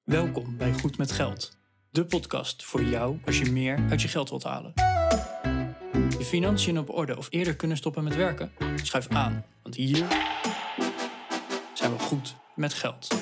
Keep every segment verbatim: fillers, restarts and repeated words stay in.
Welkom bij Goed met Geld, de podcast voor jou als je meer uit je geld wilt halen. Je financiën op orde of eerder kunnen stoppen met werken? Schuif aan, want hier zijn we goed met geld.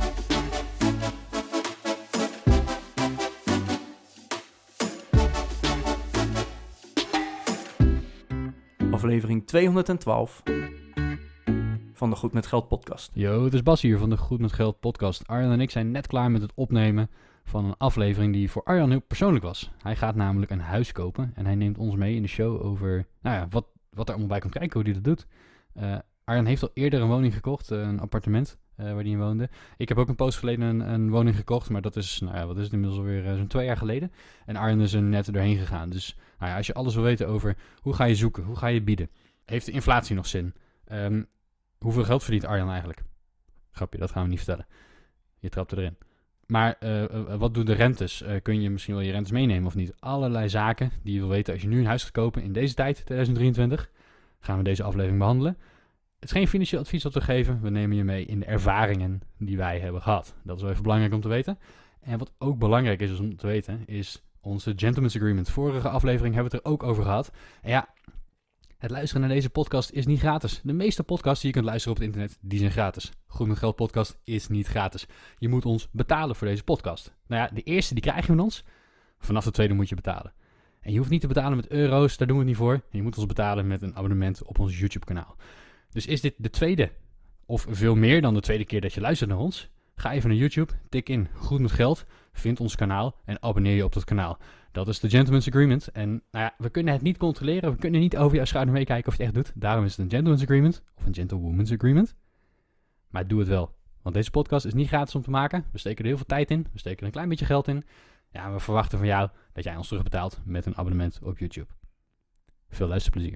Aflevering tweehonderdtwaalf van de Goed met Geld podcast. Yo, het is Bas hier van de Goed met Geld podcast. Arjan en ik zijn net klaar met het opnemen van een aflevering die voor Arjan heel persoonlijk was. Hij gaat namelijk een huis kopen en hij neemt ons mee in de show over nou ja, wat, wat er allemaal bij komt kijken, hoe hij dat doet. Uh, Arjan heeft al eerder een woning gekocht, uh, een appartement uh, waar hij in woonde. Ik heb ook een poos geleden een, een woning gekocht, maar dat is, nou ja, wat is het inmiddels alweer uh, zo'n twee jaar geleden. En Arjan is er net doorheen gegaan. Dus nou ja, als je alles wil weten over hoe ga je zoeken, hoe ga je bieden, heeft de inflatie nog zin? Um, Hoeveel geld verdient Arjan eigenlijk? Grapje, dat gaan we niet vertellen. Je trapt erin. Maar uh, uh, wat doen de rentes? Uh, kun je misschien wel je rentes meenemen of niet? Allerlei zaken die je wil weten als je nu een huis gaat kopen in deze tijd, tweeduizend drieëntwintig. Gaan we deze aflevering behandelen. Het is geen financieel advies dat we geven. We nemen je mee in de ervaringen die wij hebben gehad. Dat is wel even belangrijk om te weten. En wat ook belangrijk is om te weten, is onze Gentleman's Agreement. Vorige aflevering hebben we het er ook over gehad. En ja, het luisteren naar deze podcast is niet gratis. De meeste podcasts die je kunt luisteren op het internet, die zijn gratis. Goed met Geld podcast is niet gratis. Je moet ons betalen voor deze podcast. Nou ja, de eerste die krijg je van ons. Vanaf de tweede moet je betalen. En je hoeft niet te betalen met euro's, daar doen we het niet voor. En je moet ons betalen met een abonnement op ons YouTube kanaal. Dus is dit de tweede, of veel meer dan de tweede keer dat je luistert naar ons? Ga even naar YouTube, tik in Goed met Geld, vind ons kanaal en abonneer je op dat kanaal. Dat is de Gentleman's Agreement. En nou ja, we kunnen het niet controleren. We kunnen niet over jouw schouder meekijken of je het echt doet. Daarom is het een Gentleman's Agreement of een Gentlewoman's Agreement. Maar doe het wel. Want deze podcast is niet gratis om te maken. We steken er heel veel tijd in. We steken er een klein beetje geld in. Ja, we verwachten van jou dat jij ons terugbetaalt met een abonnement op YouTube. Veel luisterplezier.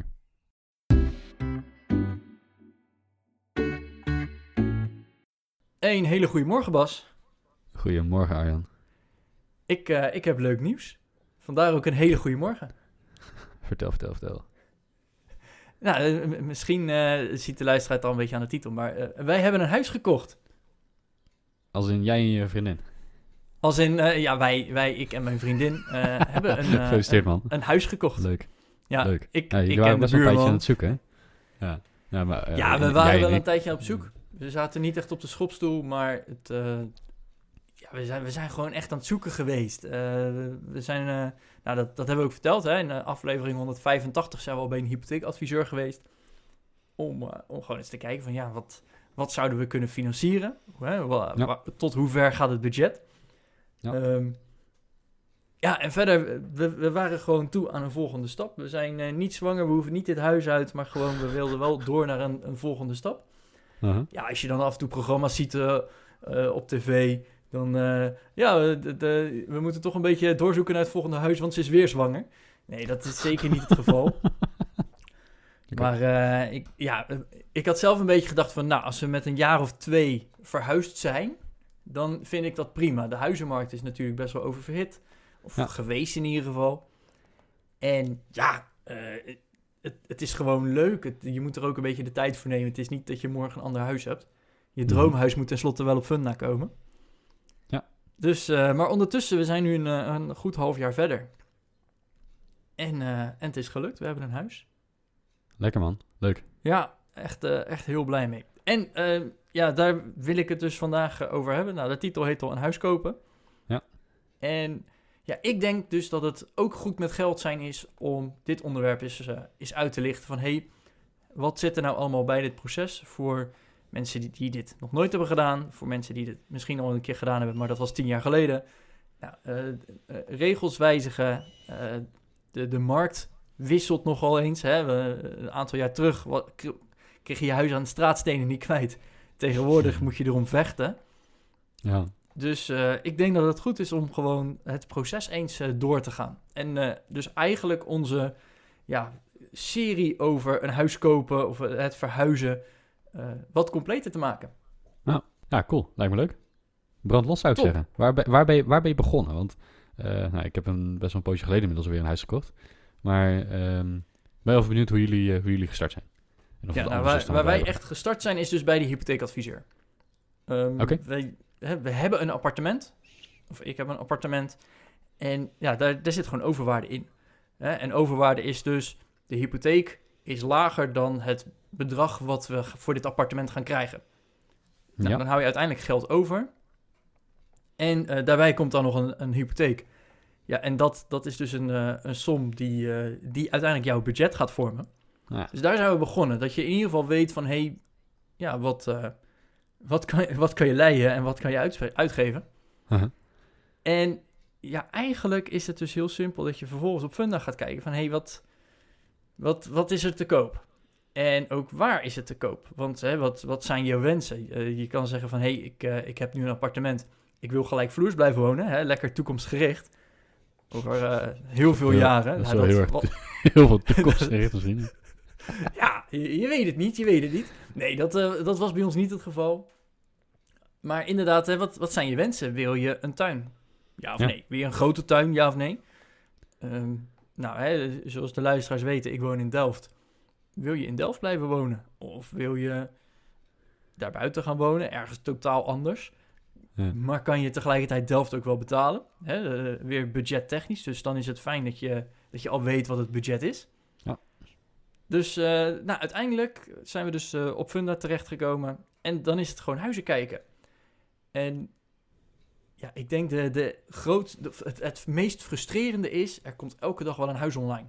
Een hele goede morgen, Bas. Goedemorgen, Arjan. Ik, uh, ik heb leuk nieuws. Vandaar ook een hele goede morgen. Vertel, vertel, vertel. Nou, uh, misschien uh, ziet de luisteraar het al een beetje aan de titel, maar uh, wij hebben een huis gekocht. Als in jij en je vriendin? Als in, uh, ja, wij, wij, ik en mijn vriendin uh, hebben een, uh, Gefeliciteerd, man. Een, een huis gekocht. Leuk. Ja, Leuk. Ik, ja, je ik waren en best de wel een buurman. tijdje aan het zoeken, hè? Ja, ja, maar, uh, ja we waren wel ik... een tijdje aan op zoek. We zaten niet echt op de schopstoel, maar het... Uh, Ja, we zijn, we zijn gewoon echt aan het zoeken geweest. Uh, we zijn, uh, nou dat, dat hebben we ook verteld, hè. In aflevering honderdvijfentachtig zijn we al bij een hypotheekadviseur geweest. Om, uh, om gewoon eens te kijken van, ja, wat, wat zouden we kunnen financieren? Hè? Wa, ja. wa, tot hoe ver gaat het budget? Ja, um, ja en verder, we, we waren gewoon toe aan een volgende stap. We zijn uh, niet zwanger, we hoeven niet dit huis uit, maar gewoon, we wilden wel door naar een, een volgende stap. Uh-huh. Ja, als je dan af en toe programma's ziet uh, uh, op tv... Dan, uh, ja, de, de, we moeten toch een beetje doorzoeken naar het volgende huis, want ze is weer zwanger. Nee, dat is zeker niet het geval. Okay. Maar uh, ik, ja, ik had zelf een beetje gedacht van, nou, als we met een jaar of twee verhuisd zijn, dan vind ik dat prima. De huizenmarkt is natuurlijk best wel oververhit, of ja. geweest in ieder geval. En ja, uh, het, het is gewoon leuk. Het, je moet er ook een beetje de tijd voor nemen. Het is niet dat je morgen een ander huis hebt. Je droomhuis moet tenslotte wel op Funda komen. Dus, uh, maar ondertussen, we zijn nu een, een goed half jaar verder. En, uh, en het is gelukt, we hebben een huis. Lekker, man. Leuk. Ja, echt, uh, echt heel blij mee. En uh, ja, daar wil ik het dus vandaag uh, over hebben. Nou, de titel heet al Een huis kopen. Ja. En ja, ik denk dus dat het ook goed met geld zijn is om dit onderwerp eens, uh, eens uit te lichten. Van, hé, hey, wat zit er nou allemaal bij dit proces voor... Mensen die, die dit nog nooit hebben gedaan. Voor mensen die dit misschien al een keer gedaan hebben, maar dat was tien jaar geleden. Nou, uh, uh, regels wijzigen. Uh, de, de markt wisselt nogal eens. Hè. We, een aantal jaar terug wat, kreeg je je huis aan de straatstenen niet kwijt. Tegenwoordig moet je erom vechten. Ja. Dus uh, ik denk dat het goed is om gewoon het proces eens uh, door te gaan. En uh, dus eigenlijk onze ja, serie over een huis kopen of het verhuizen... Uh, wat completer te maken. Nou, ja, cool. Lijkt me leuk. Brand los, zou ik Top. zeggen. Waar, ben, waar, ben je, waar ben je begonnen? Want uh, nou, ik heb een, best wel een poosje geleden inmiddels weer een huis gekocht. Maar um, ik ben even benieuwd hoe jullie, uh, hoe jullie gestart zijn. En of ja, nou, waar waar wij echt gestart zijn is dus bij de hypotheekadviseur. Um, Oké. Okay. hè, we hebben een appartement, of ik heb een appartement, en ja, daar, daar zit gewoon overwaarde in. Hè? En overwaarde is dus, de hypotheek is lager dan het bedrag wat we voor dit appartement gaan krijgen. Nou, Ja. dan hou je uiteindelijk geld over. En uh, daarbij komt dan nog een, een hypotheek. Ja, en dat, dat is dus een, uh, een som die, uh, die uiteindelijk jouw budget gaat vormen. Ja. Dus daar zijn we begonnen. Dat je in ieder geval weet van, hé, hey, ja, wat, uh, wat, kan, wat kan je leien en wat kan je uitspe- uitgeven? Uh-huh. En ja, eigenlijk is het dus heel simpel dat je vervolgens op Funda gaat kijken van, hé, hey, wat, wat, wat is er te koop? En ook waar is het te koop? Want hè, wat, wat zijn je wensen? Uh, je kan zeggen van, hé, hey, ik, uh, ik heb nu een appartement. Ik wil gelijkvloers blijven wonen, hè? Lekker toekomstgericht. Over uh, heel veel ja, jaren. Dat is ja, wel dat, heel, erg, wat, heel veel toekomstgericht misschien. ja, je, je weet het niet, je weet het niet. Nee, dat, uh, dat was bij ons niet het geval. Maar inderdaad, hè, wat, wat zijn je wensen? Wil je een tuin? Ja of ja. nee? Wil je een grote tuin? Ja of nee? Um, nou, hè, zoals de luisteraars weten, ik woon in Delft. Wil je in Delft blijven wonen? Of wil je daarbuiten gaan wonen? Ergens totaal anders. Ja. Maar kan je tegelijkertijd Delft ook wel betalen? Hè? Uh, weer budgettechnisch. Dus dan is het fijn dat je, dat je al weet wat het budget is. Ja. Dus uh, nou, uiteindelijk zijn we dus uh, op Funda terechtgekomen. En dan is het gewoon huizen kijken. En ja, ik denk de, de groot, de, het, het meest frustrerende is, er komt elke dag wel een huis online.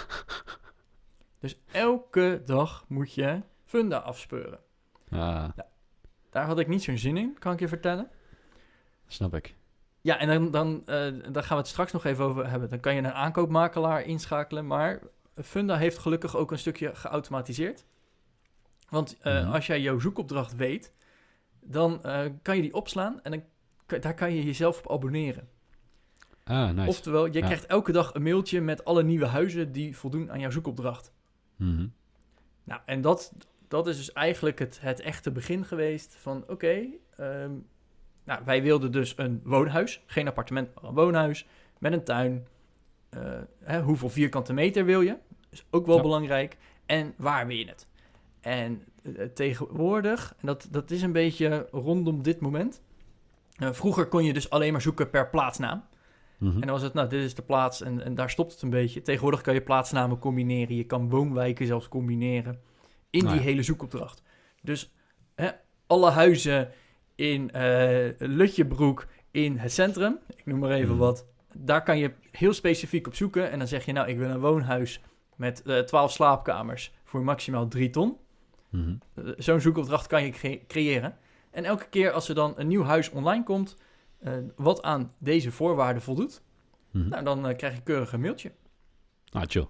Dus elke dag moet je Funda afspeuren. Ah. Nou, daar had ik niet zo'n zin in, kan ik je vertellen. Snap ik. Ja, en dan, dan, uh, daar gaan we het straks nog even over hebben. Dan kan je een aankoopmakelaar inschakelen, maar Funda heeft gelukkig ook een stukje geautomatiseerd. Want uh, mm-hmm. als jij jouw zoekopdracht weet, dan uh, kan je die opslaan en dan, kan, daar kan je jezelf op abonneren. Ah, nice. Oftewel, je ja. krijgt elke dag een mailtje met alle nieuwe huizen die voldoen aan jouw zoekopdracht. Mm-hmm. Nou, en dat, dat is dus eigenlijk het, het echte begin geweest van, oké, okay, um, nou, wij wilden dus een woonhuis, geen appartement, maar een woonhuis met een tuin. Uh, hè, hoeveel vierkante meter wil je? Is ook wel ja. belangrijk. En waar wil je het? En uh, tegenwoordig, en dat, dat is een beetje rondom dit moment. Uh, vroeger kon je dus alleen maar zoeken per plaatsnaam. Mm-hmm. En dan was het, nou, dit is de plaats en, en daar stopt het een beetje. Tegenwoordig kan je plaatsnamen combineren. Je kan woonwijken zelfs combineren in die ja. hele zoekopdracht. Dus hè, alle huizen in uh, Lutjebroek in het centrum, ik noem maar even mm. wat, daar kan je heel specifiek op zoeken. En dan zeg je, nou, ik wil een woonhuis met uh, twaalf slaapkamers voor maximaal drie ton. Mm-hmm. Uh, zo'n zoekopdracht kan je cre- creëren. En elke keer als er dan een nieuw huis online komt, uh, wat aan deze voorwaarden voldoet, mm-hmm. nou, dan uh, krijg je keurig een mailtje. Ah, chill.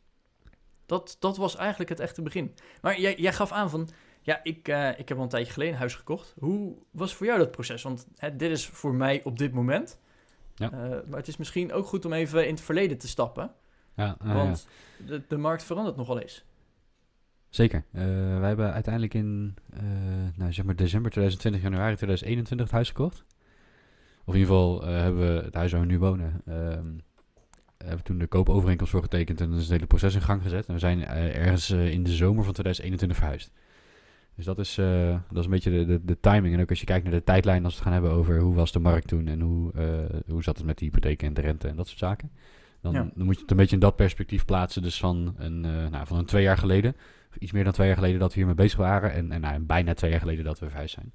Dat, dat was eigenlijk het echte begin. Maar jij, jij gaf aan van, ja, ik, uh, ik heb al een tijdje geleden een huis gekocht. Hoe was voor jou dat proces? Want hè, dit is voor mij op dit moment. Ja. Uh, maar het is misschien ook goed om even in het verleden te stappen. Ja, uh, want ja. de, de markt verandert nogal eens. Zeker. Uh, wij hebben uiteindelijk in uh, nou, zeg maar december tweeduizend twintig, januari tweeduizend eenentwintig het huis gekocht. Of in ieder geval uh, hebben we het huis waar we nu wonen. Uh, hebben we toen de koopovereenkomst voor getekend en dan is het hele proces in gang gezet. En we zijn uh, ergens uh, in de zomer van tweeduizend eenentwintig verhuisd. Dus dat is, uh, dat is een beetje de, de, de timing. En ook als je kijkt naar de tijdlijn, als we het gaan hebben over hoe was de markt toen en hoe, uh, hoe zat het met de hypotheken en de rente en dat soort zaken. Dan, ja. dan moet je het een beetje in dat perspectief plaatsen. Dus van een, uh, nou, van een twee jaar geleden, of iets meer dan twee jaar geleden dat we hiermee bezig waren. En, en nou, bijna twee jaar geleden dat we verhuisd zijn.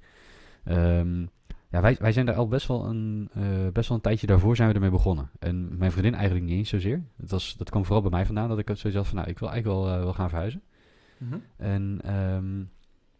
Um, ja, wij, wij zijn daar al best wel, een, uh, best wel een tijdje daarvoor zijn we ermee begonnen. En mijn vriendin eigenlijk niet eens zozeer. Dat, was, dat kwam vooral bij mij vandaan dat ik zoiets had van, nou, ik wil eigenlijk wel, uh, wel gaan verhuizen. Mm-hmm. En um,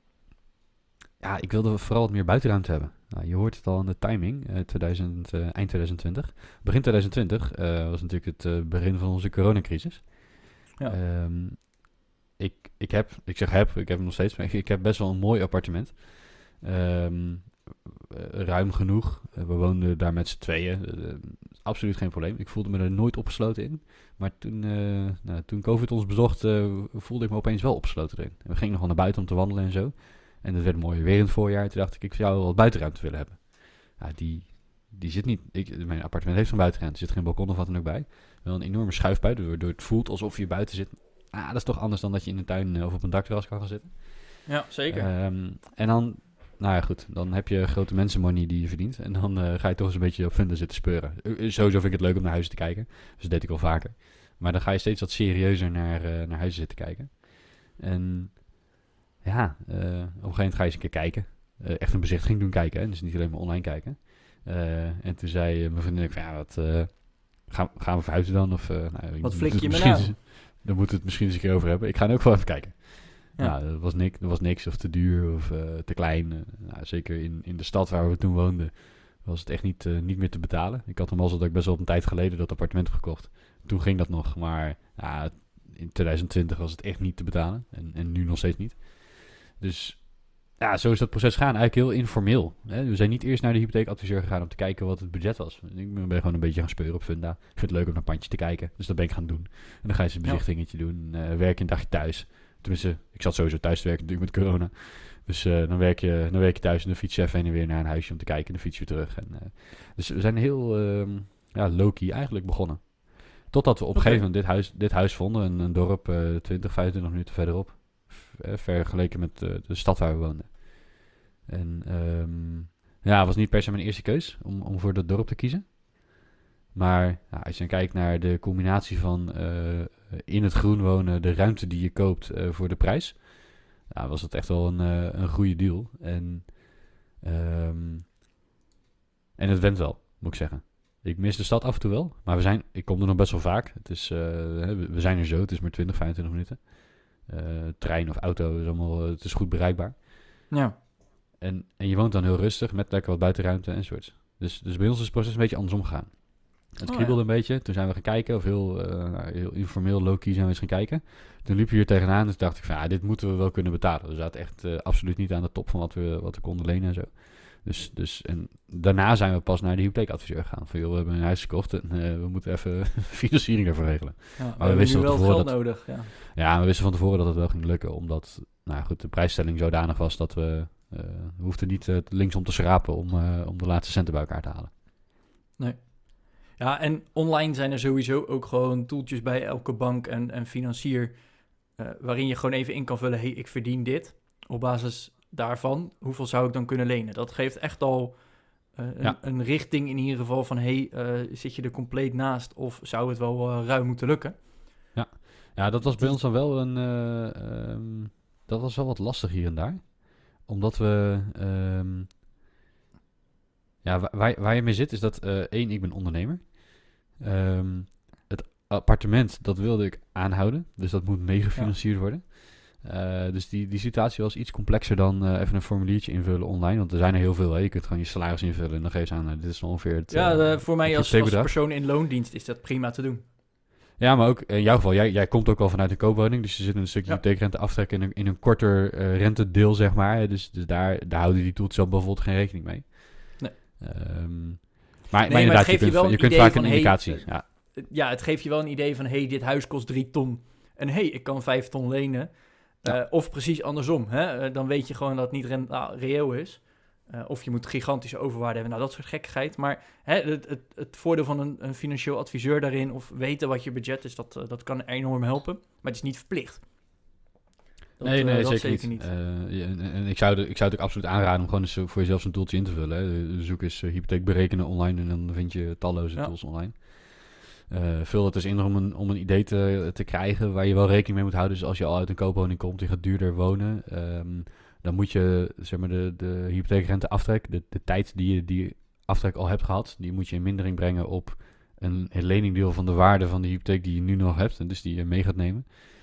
ja, ik wilde vooral wat meer buitenruimte hebben. Nou, je hoort het al aan de timing, uh, tweeduizend, uh, eind tweeduizend twintig. Begin tweeduizend twintig uh, was natuurlijk het uh, begin van onze coronacrisis. Ja. Um, ik, ik heb, ik zeg heb, ik heb hem nog steeds, maar ik, ik heb best wel een mooi appartement. Um, uh, ruim genoeg. Uh, we woonden daar met z'n tweeën. Uh, absoluut geen probleem. Ik voelde me er nooit opgesloten in. Maar toen, uh, nou, toen COVID ons bezocht, uh, voelde ik me opeens wel opgesloten erin. En we gingen nog wel naar buiten om te wandelen en zo. En het werd mooi weer in het voorjaar. Toen dacht ik, ik zou wel wat buitenruimte willen hebben. Ja, die, die zit niet... Ik, mijn appartement heeft geen buitenruimte. Er zit geen balkon of wat dan ook bij. Wel een enorme schuifbui, waardoor het voelt alsof je buiten zit. Ah, dat is toch anders dan dat je in een tuin of op een dakterras kan gaan zitten. Ja, zeker. Um, en dan nou ja, goed. Dan heb je grote mensenmoney die je verdient. En dan uh, ga je toch eens een beetje op Funda zitten speuren. Uh, sowieso vind ik het leuk om naar huizen te kijken. Dus dat deed ik al vaker. Maar dan ga je steeds wat serieuzer naar, uh, naar huizen zitten kijken. En ja, uh, op een gegeven moment ga je eens een keer kijken. Uh, echt een bezichtiging doen kijken. Hè? Dus niet alleen maar online kijken. Uh, en toen zei uh, mijn vriendin van ja, wat, uh, gaan, gaan we verhuizen dan? Of, uh, nou, wat flik je me nou? Daar moeten we het misschien eens een keer over hebben. Ik ga nu ook wel even kijken. Ja, ja dat, was niks, dat was niks of te duur of uh, te klein. Uh, nou, zeker in, in de stad waar we toen woonden was het echt niet, uh, niet meer te betalen. Ik had hem al zo dat ik best wel een tijd geleden dat appartement heb gekocht. Toen ging dat nog, maar ja, in twintig twintig was het echt niet te betalen. En, en nu nog steeds niet. Dus ja, zo is dat proces gaan. Eigenlijk heel informeel. Hè? We zijn niet eerst naar de hypotheekadviseur gegaan om te kijken wat het budget was. Ik ben gewoon een beetje gaan speuren op Funda. Ik vind het leuk om naar pandje te kijken. Dus dat ben ik gaan doen. En dan ga je een bezichtigingetje ja. doen. Uh, werk je een dagje thuis. Tenminste, ik zat sowieso thuis te werken natuurlijk met corona. Dus uh, dan, werk je, dan werk je thuis en dan fiets je even heen en weer naar een huisje om te kijken. En dan fiets je weer terug. En, uh, dus we zijn heel uh, ja, low-key eigenlijk begonnen. Totdat we op een okay. gegeven moment dit huis, dit huis vonden. Een, een dorp uh, twintig, vijfentwintig minuten verderop. Uh, vergeleken met uh, de stad waar we woonden. En um, ja, het was niet per se mijn eerste keus om, om voor dat dorp te kiezen. Maar ja, als je dan kijkt naar de combinatie van uh, in het groen wonen, de ruimte die je koopt uh, voor de prijs, ja, was het echt wel een, uh, een goede deal. En, um, en het went wel, moet ik zeggen. Ik mis de stad af en toe wel, maar we zijn, ik kom er nog best wel vaak. Het is, uh, we zijn er zo, het is maar twintig, vijfentwintig minuten. Uh, trein of auto is allemaal, het is goed bereikbaar. Ja. En, en je woont dan heel rustig met lekker wat buitenruimte enzovoort. Dus, dus bij ons is het proces een beetje andersom gegaan. Het kriebelde oh, ja. een beetje. Toen zijn we gaan kijken, of heel, uh, heel informeel, low-key zijn we eens gaan kijken. Toen liepen we hier tegenaan en toen dacht ik van ja, dit moeten we wel kunnen betalen. We zaten echt uh, absoluut niet aan de top van wat we, wat we konden lenen en zo. Dus, dus en daarna zijn we pas naar de hypotheekadviseur gegaan. Van joh, we hebben een huis gekocht en uh, we moeten even financiering daarvoor regelen. Ja, maar we, we wisten nu wel geld dat, nodig. Ja. ja, we wisten van tevoren dat het wel ging lukken. Omdat nou goed, de prijsstelling zodanig was dat we... Uh, we hoefden niet uh, linksom te schrapen om, uh, om de laatste centen bij elkaar te halen. Nee. Ja, en online zijn er sowieso ook gewoon toeltjes bij elke bank en, en financier... Uh, waarin je gewoon even in kan vullen... hey, ik verdien dit. Op basis daarvan, hoeveel zou ik dan kunnen lenen? Dat geeft echt al uh, een, ja. een richting in ieder geval van... hey, uh, zit je er compleet naast of zou het wel uh, ruim moeten lukken? Ja. ja, dat was bij ons dan wel een... Uh, um, dat was wel wat lastig hier en daar. Omdat we... Um, ja, waar, waar je mee zit is dat... Uh, één, ik ben ondernemer. Um, het appartement, dat wilde ik aanhouden. Dus dat moet meegefinancierd ja. worden. Uh, dus die, die situatie was iets complexer dan uh, even een formuliertje invullen online. Want er zijn er heel veel. Hè. Je kunt gewoon je salaris invullen en dan geef je aan... Uh, dit is ongeveer het... Ja, uh, uh, voor mij als, als persoon in loondienst is dat prima te doen. Ja, maar ook in jouw geval, jij, jij komt ook wel vanuit een koopwoning, dus je zit een stukje hypotheekrente ja. aftrek in een, in een korter uh, rentedeel, zeg maar. Dus, dus daar, daar houden die toets zelf bijvoorbeeld geen rekening mee. Nee. Um, maar, nee, maar inderdaad, maar je kunt, je, je kunt vaak van, een indicatie. Hey, ja. ja, het geeft je wel een idee van, hey, dit huis kost drie ton. En hey, ik kan vijf ton lenen. Uh, ja. Of precies andersom. Hè? Uh, dan weet je gewoon dat het niet rent, nou, reëel is. Uh, of je moet gigantische overwaarde hebben. Nou, dat soort gekkigheid. Maar hè, het, het, het voordeel van een, een financieel adviseur daarin... of weten wat je budget is, dat, uh, dat kan enorm helpen. Maar het is niet verplicht. Dat, nee, nee, uh, zeker, zeker niet. niet. Uh, en, en ik, zou de, ik zou het ook absoluut aanraden om gewoon eens voor jezelf zo'n toeltje in te vullen. Hè. Zoek eens uh, hypotheek berekenen online en dan vind je talloze ja. tools online. Uh, vul het eens in om een, om een idee te, te krijgen waar je wel rekening mee moet houden. Dus als je al uit een koopwoning komt, je gaat duurder wonen... Um, dan moet je zeg maar de, de hypotheekrente aftrek, de, de tijd die je die aftrek al hebt gehad, die moet je in mindering brengen op een, een leningdeel van de waarde van de hypotheek die je nu nog hebt en dus die je mee gaat nemen.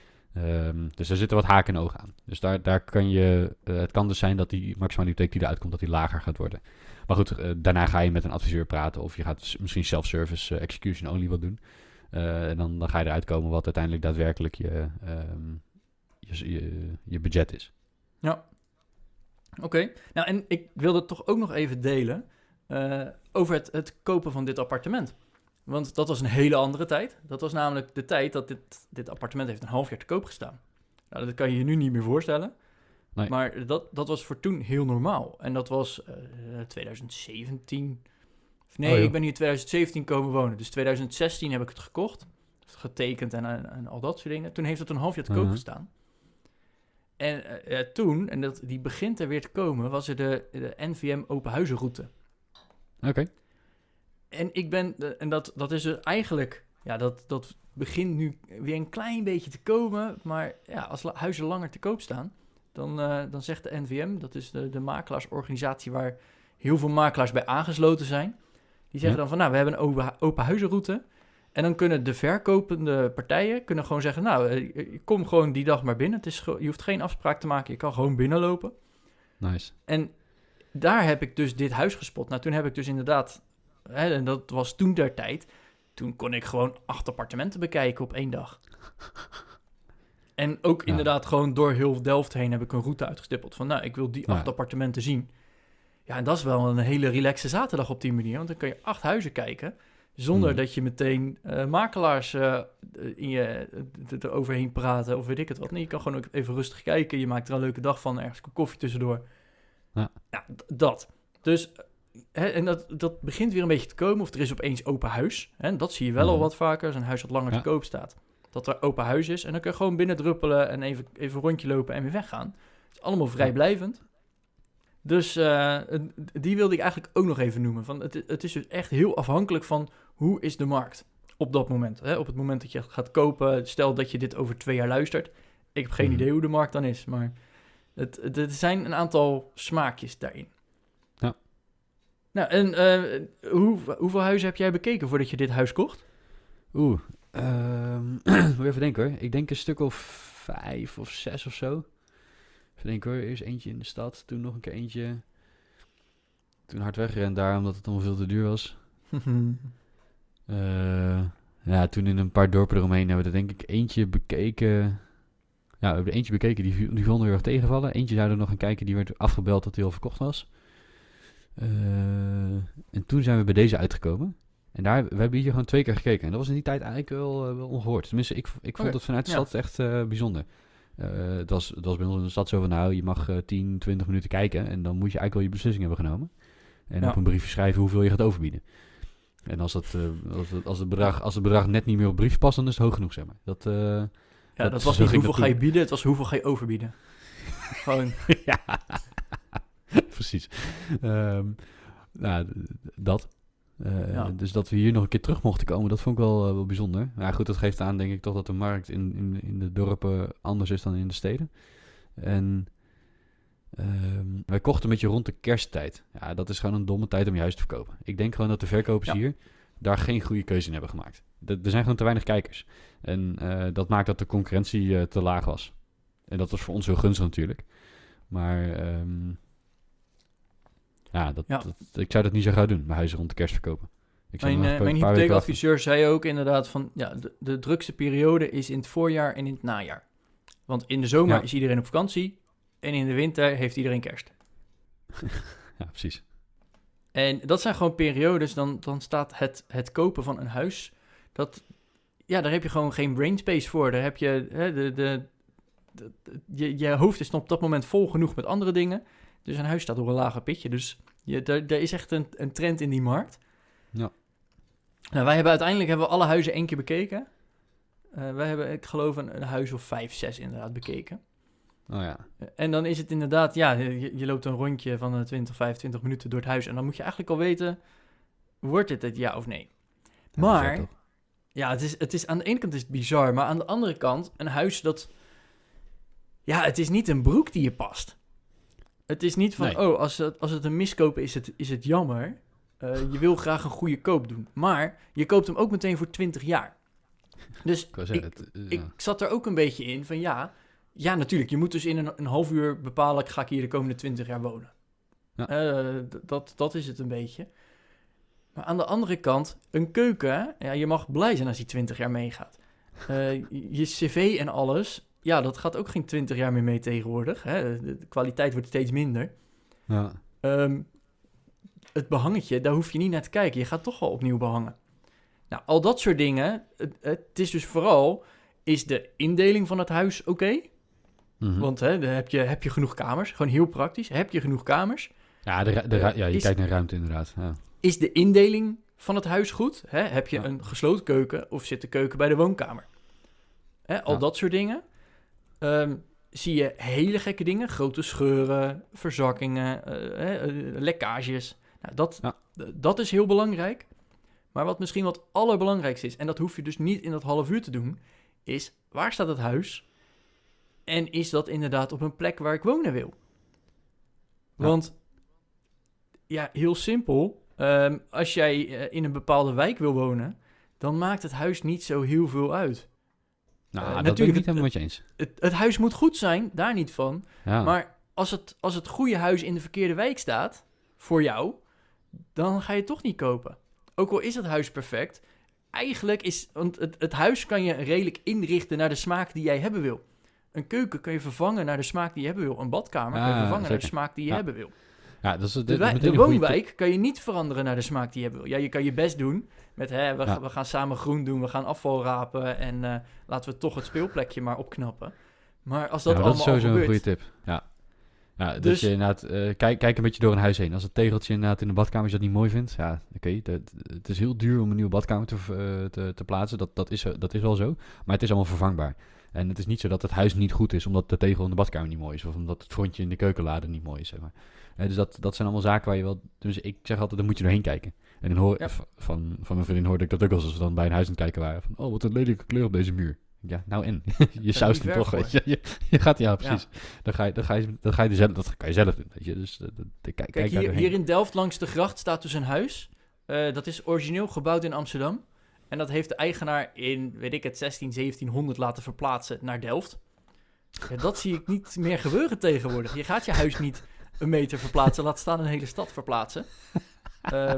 Um, dus daar zitten wat haken en ogen aan. Dus daar, daar kan je, uh, het kan dus zijn dat die maximale hypotheek die eruit komt, dat die lager gaat worden. Maar goed, uh, daarna ga je met een adviseur praten of je gaat misschien self-service uh, execution only wat doen. Uh, en dan, dan ga je eruit komen wat uiteindelijk daadwerkelijk je, um, je, je, je budget is. Ja. Oké, okay. Nou en ik wilde toch ook nog even delen uh, over het, het kopen van dit appartement. Want dat was een hele andere tijd. Dat was namelijk de tijd dat dit, dit appartement heeft een half jaar te koop gestaan. Nou, dat kan je je nu niet meer voorstellen. Nee. Maar dat, dat was voor toen heel normaal. En dat was uh, twintig zeventien. Nee, oh, ik ben hier in twintig zeventien komen wonen. Dus twintig zestien heb ik het gekocht. Getekend en, en, en al dat soort dingen. Toen heeft het een half jaar te koop uh-huh. gestaan. En uh, toen, en dat, die begint er weer te komen, was er de, de N V M open huizenroute. Oké. Okay. En ik ben, uh, en dat, dat is er eigenlijk, ja, dat, dat begint nu weer een klein beetje te komen. Maar ja, als la- huizen langer te koop staan, dan, uh, dan zegt de N V M, dat is de, de makelaarsorganisatie waar heel veel makelaars bij aangesloten zijn. Die zeggen ja. dan van, nou, we hebben een open, open huizenroute. En dan kunnen de verkopende partijen kunnen gewoon zeggen, nou, kom gewoon die dag maar binnen. Het is ge- je hoeft geen afspraak te maken, je kan gewoon binnenlopen. Nice. En daar heb ik dus dit huis gespot. Nou, toen heb ik dus inderdaad, hè, en dat was toen der tijd, toen kon ik gewoon acht appartementen bekijken op één dag. En ook ja. inderdaad gewoon door heel Delft heen heb ik een route uitgestippeld van, nou, ik wil die acht ja. appartementen zien. Ja, en dat is wel een hele relaxe zaterdag op die manier, want dan kun je acht huizen kijken, zonder hmm. dat je meteen uh, makelaars uh, in je, uh, eroverheen praten of weet ik het wat. Nee, je kan gewoon ook even rustig kijken. Je maakt er een leuke dag van, ergens een koffie tussendoor. Ja, ja d- dat. Dus, hè, en dat, dat begint weer een beetje te komen. Of er is opeens open huis. Hè, dat zie je wel hmm. al wat vaker. Als een huis wat langer ja. te koop staat. Dat er open huis is. En dan kun je gewoon binnen druppelen en even, even een rondje lopen en weer weggaan. Het is allemaal vrijblijvend. Dus uh, die wilde ik eigenlijk ook nog even noemen. Van het, het is dus echt heel afhankelijk van hoe is de markt op dat moment. Hè? Op het moment dat je gaat kopen, stel dat je dit over twee jaar luistert. Ik heb geen mm. idee hoe de markt dan is, maar het, het, er zijn een aantal smaakjes daarin. Ja. Nou, en uh, hoe, hoeveel huizen heb jij bekeken voordat je dit huis kocht? Oeh, um, moet even denken hoor. Ik denk een stuk of vijf of zes of zo. Even denken hoor, eerst eentje in de stad, toen nog een keer eentje. Toen hard weggerend daar, omdat het allemaal veel te duur was. uh, ja, toen in een paar dorpen eromheen hebben we er denk ik eentje bekeken. Ja, we hebben er eentje bekeken, die, die vonden we heel erg tegenvallen. Eentje zouden we nog gaan kijken, die werd afgebeld dat die al verkocht was. Uh, en toen zijn we bij deze uitgekomen. En daar, we hebben hier gewoon twee keer gekeken. En dat was in die tijd eigenlijk wel, uh, wel ongehoord. Tenminste, ik, ik vond het vanuit de ja. stad echt uh, bijzonder. Uh, het, was, het was bij ons in de stad zo van, nou, je mag uh, tien, twintig minuten kijken en dan moet je eigenlijk wel je beslissing hebben genomen. En ja. op een briefje schrijven hoeveel je gaat overbieden. En als, dat, uh, als, het, als, het bedrag, als het bedrag net niet meer op brief past, dan is het hoog genoeg, zeg maar. Dat, uh, ja, dat, dat was niet hoeveel ga je bieden, het was hoeveel ga je overbieden. Gewoon. Ja, precies. Um, nou, dat. Uh, ja. Dus dat we hier nog een keer terug mochten komen, dat vond ik wel, uh, wel bijzonder. Maar ja, goed, dat geeft aan, denk ik, toch dat de markt in, in, in de dorpen anders is dan in de steden. En um, wij kochten een beetje rond de kersttijd. Ja, dat is gewoon een domme tijd om je huis te verkopen. Ik denk gewoon dat de verkopers ja. hier daar geen goede keuze in hebben gemaakt. De, er zijn gewoon te weinig kijkers. En uh, dat maakt dat de concurrentie uh, te laag was. En dat was voor ons heel gunstig natuurlijk. Maar um, ja, dat, ja. Dat, ik zou dat niet zo gauw doen, mijn huizen rond de kerst verkopen. Ik mijn uh, mijn hypotheekadviseur zei ook inderdaad van, ja, de, de drukste periode is in het voorjaar en in het najaar. Want in de zomer ja. is iedereen op vakantie en in de winter heeft iedereen kerst. Ja, precies. En dat zijn gewoon periodes, dan, dan staat het, het kopen van een huis, dat, ja, daar heb je gewoon geen brain space voor. Daar heb je, hè, de, de, de, de, je, je hoofd is op dat moment vol genoeg met andere dingen. Dus een huis staat op een lager pitje. Dus je, daar, daar is echt een, een trend in die markt. Ja. Nou, wij hebben uiteindelijk hebben we alle huizen één keer bekeken. Uh, wij hebben, ik geloof, een, een huis of vijf, zes inderdaad bekeken. Oh ja. Uh, en dan is het inderdaad, ja, je, je loopt een rondje van uh, twintig, vijfentwintig minuten door het huis. En dan moet je eigenlijk al weten, wordt dit het ja of nee? Ja, maar, ja, het is, het is, aan de ene kant is het bizar. Maar aan de andere kant, een huis dat, ja, het is niet een broek die je past. Het is niet van, nee. oh, als het, als het een miskoop is, het, is het jammer. Uh, je wil graag een goede koop doen. Maar je koopt hem ook meteen voor twintig jaar. Dus ik, ik, het, uh, ik zat er ook een beetje in van, ja, ja, natuurlijk. Je moet dus in een, een half uur bepalen, ga ik hier de komende twintig jaar wonen. Ja. Uh, d- dat, dat is het een beetje. Maar aan de andere kant, een keuken, ja, je mag blij zijn als die twintig jaar meegaat. Uh, je cv en alles, ja, dat gaat ook geen twintig jaar meer mee tegenwoordig. Hè? De, de kwaliteit wordt steeds minder. Ja. Um, het behangetje, daar hoef je niet naar te kijken. Je gaat toch wel opnieuw behangen. Nou, al dat soort dingen. Het, het is dus vooral, is de indeling van het huis oké? Okay? Mm-hmm. Want hè, dan heb je, heb je genoeg kamers? Gewoon heel praktisch. Heb je genoeg kamers? Ja, de, de, ja je is, kijkt naar ruimte inderdaad. Ja. Is de indeling van het huis goed? Hè? Heb je ja. een gesloten keuken of zit de keuken bij de woonkamer? Hè, al ja. dat soort dingen. Um, zie je hele gekke dingen. Grote scheuren, verzakkingen, uh, uh, lekkages. Nou, dat, ja. d- dat is heel belangrijk. Maar wat misschien wat allerbelangrijkste is... en dat hoef je dus niet in dat half uur te doen... is waar staat het huis? En is dat inderdaad op een plek waar ik wonen wil? Ja. Want, ja, heel simpel... Um, als jij uh, in een bepaalde wijk wil wonen... dan maakt het huis niet zo heel veel uit. Nou, uh, dat natuurlijk, ben ik niet helemaal met je eens. Het, het, het huis moet goed zijn, daar niet van. Ja. Maar als het, als het goede huis in de verkeerde wijk staat... voor jou... dan ga je het toch niet kopen. Ook al is het huis perfect... eigenlijk is... want het, het huis kan je redelijk inrichten... naar de smaak die jij hebben wil. Een keuken kan je vervangen naar de smaak die je hebben wil. Een badkamer ja, kan je vervangen zeker. naar de smaak die je ja. hebben wil. Ja, dat is, de, de, de woonwijk kan je niet veranderen naar de smaak die je hebben wil. Ja, je kan je best doen met... Hè, we, ja. we gaan samen groen doen, we gaan afval rapen... en uh, laten we toch het speelplekje maar opknappen. Maar als dat ja, allemaal dat is sowieso gebeurt, een goede tip. Ja, ja dus, dus je inderdaad... Uh, kijk, kijk een beetje door een huis heen. Als het tegeltje inderdaad in de badkamer je dat niet mooi vindt... ja, oké, okay, het is heel duur om een nieuwe badkamer te, uh, te, te plaatsen. Dat, dat, is, dat is wel zo. Maar het is allemaal vervangbaar. En het is niet zo dat het huis niet goed is... omdat de tegel in de badkamer niet mooi is... of omdat het frontje in de keukenlade niet mooi is, zeg maar. Uh, dus dat, dat zijn allemaal zaken waar je wel... Dus ik zeg altijd, dan moet je doorheen kijken. En dan hoor, ja. van, van mijn vriendin hoorde ik dat ook als we dan bij een huis aan het kijken waren. Van, oh, wat een lelijke kleur op deze muur. Ja, nou en. je saust hem toch, weet je. je. Je gaat, ja, precies. Ja. Dan ga je, dan ga je, dan ga je zelf, dat kan je zelf doen, weet je. Dus uh, kijk, kijk, kijk hier, hier in Delft langs de gracht staat dus een huis. Uh, dat is origineel gebouwd in Amsterdam. En dat heeft de eigenaar in, weet ik het, zestien, zeventienhonderd laten verplaatsen naar Delft. Ja, dat zie ik niet meer gebeuren tegenwoordig. Je gaat je huis niet een meter verplaatsen, laat staan een hele stad verplaatsen. Uh,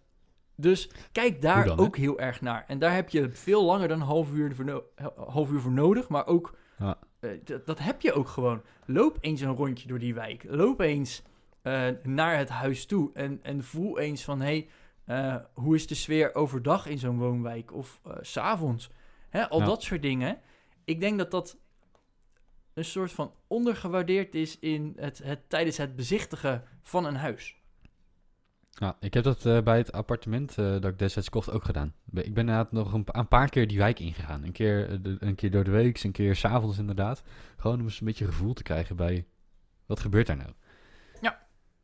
dus kijk daar dan, ook hè? heel erg naar. En daar heb je veel langer dan een half uur voor, no- half uur voor nodig. Maar ook, ja. uh, d- dat heb je ook gewoon. Loop eens een rondje door die wijk. Loop eens uh, naar het huis toe. En, en voel eens van, hé, hey, uh, hoe is de sfeer overdag in zo'n woonwijk? Of uh, 's avonds. Hè, al ja. dat soort dingen. Ik denk dat dat een soort van ondergewaardeerd is in het, het, tijdens het bezichtigen van een huis. Ja, ik heb dat uh, bij het appartement uh, dat ik destijds kocht ook gedaan. Ik ben inderdaad nog een, een paar keer die wijk ingegaan. Een keer, uh, de, een keer door de week, een keer 's avonds inderdaad. Gewoon om eens een beetje gevoel te krijgen bij, wat gebeurt daar nou? Ja.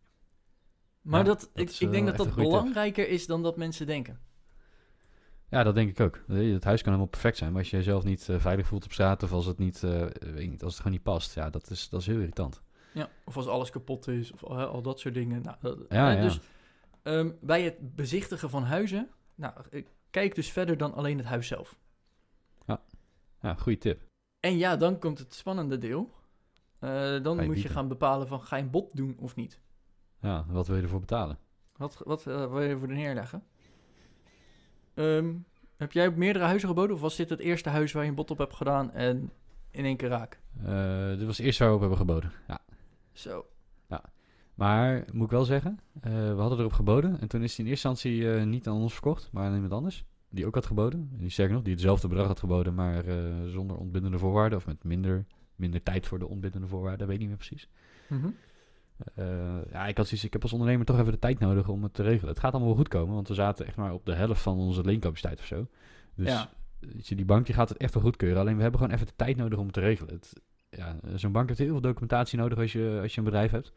Maar ja, dat, dat ik, is, uh, ik denk dat dat belangrijker tip. is dan dat mensen denken. Ja, dat denk ik ook. Het huis kan helemaal perfect zijn, maar als je jezelf niet uh, veilig voelt op straat of als het niet, uh, weet niet, als het gewoon niet past, ja, dat is, dat is heel irritant. Ja, of als alles kapot is of uh, al dat soort dingen. Nou, dat, ja, uh, ja. Dus um, bij het bezichtigen van huizen, nou, kijk dus verder dan alleen het huis zelf. Ja, ja, goede tip. En ja, dan komt het spannende deel. Uh, dan moet je gaan bepalen van, ga je een bod doen of niet? Ja, wat wil je ervoor betalen? Wat, wat uh, wil je ervoor neerleggen? Um, heb jij op meerdere huizen geboden? Of was dit het eerste huis waar je een bod op hebt gedaan en in één keer raak? Uh, dit was het eerste waar we op hebben geboden, ja. Zo. Ja. Maar, moet ik wel zeggen, uh, we hadden erop geboden. En toen is hij in eerste instantie uh, niet aan ons verkocht, maar aan iemand anders. Die ook had geboden. En die sterker nog, die hetzelfde bedrag had geboden, maar uh, zonder ontbindende voorwaarden. Of met minder, minder tijd voor de ontbindende voorwaarden, dat weet ik niet meer precies. Mm-hmm. Uh, ja, ik had zoiets, ik heb als ondernemer toch even de tijd nodig om het te regelen. Het gaat allemaal wel goed komen, want we zaten echt maar op de helft van onze leencapaciteit of zo. Dus ja. weet je, die bank die gaat het echt wel goedkeuren. Alleen we hebben gewoon even de tijd nodig om het te regelen. Het, ja, zo'n bank heeft heel veel documentatie nodig als je, als je een bedrijf hebt.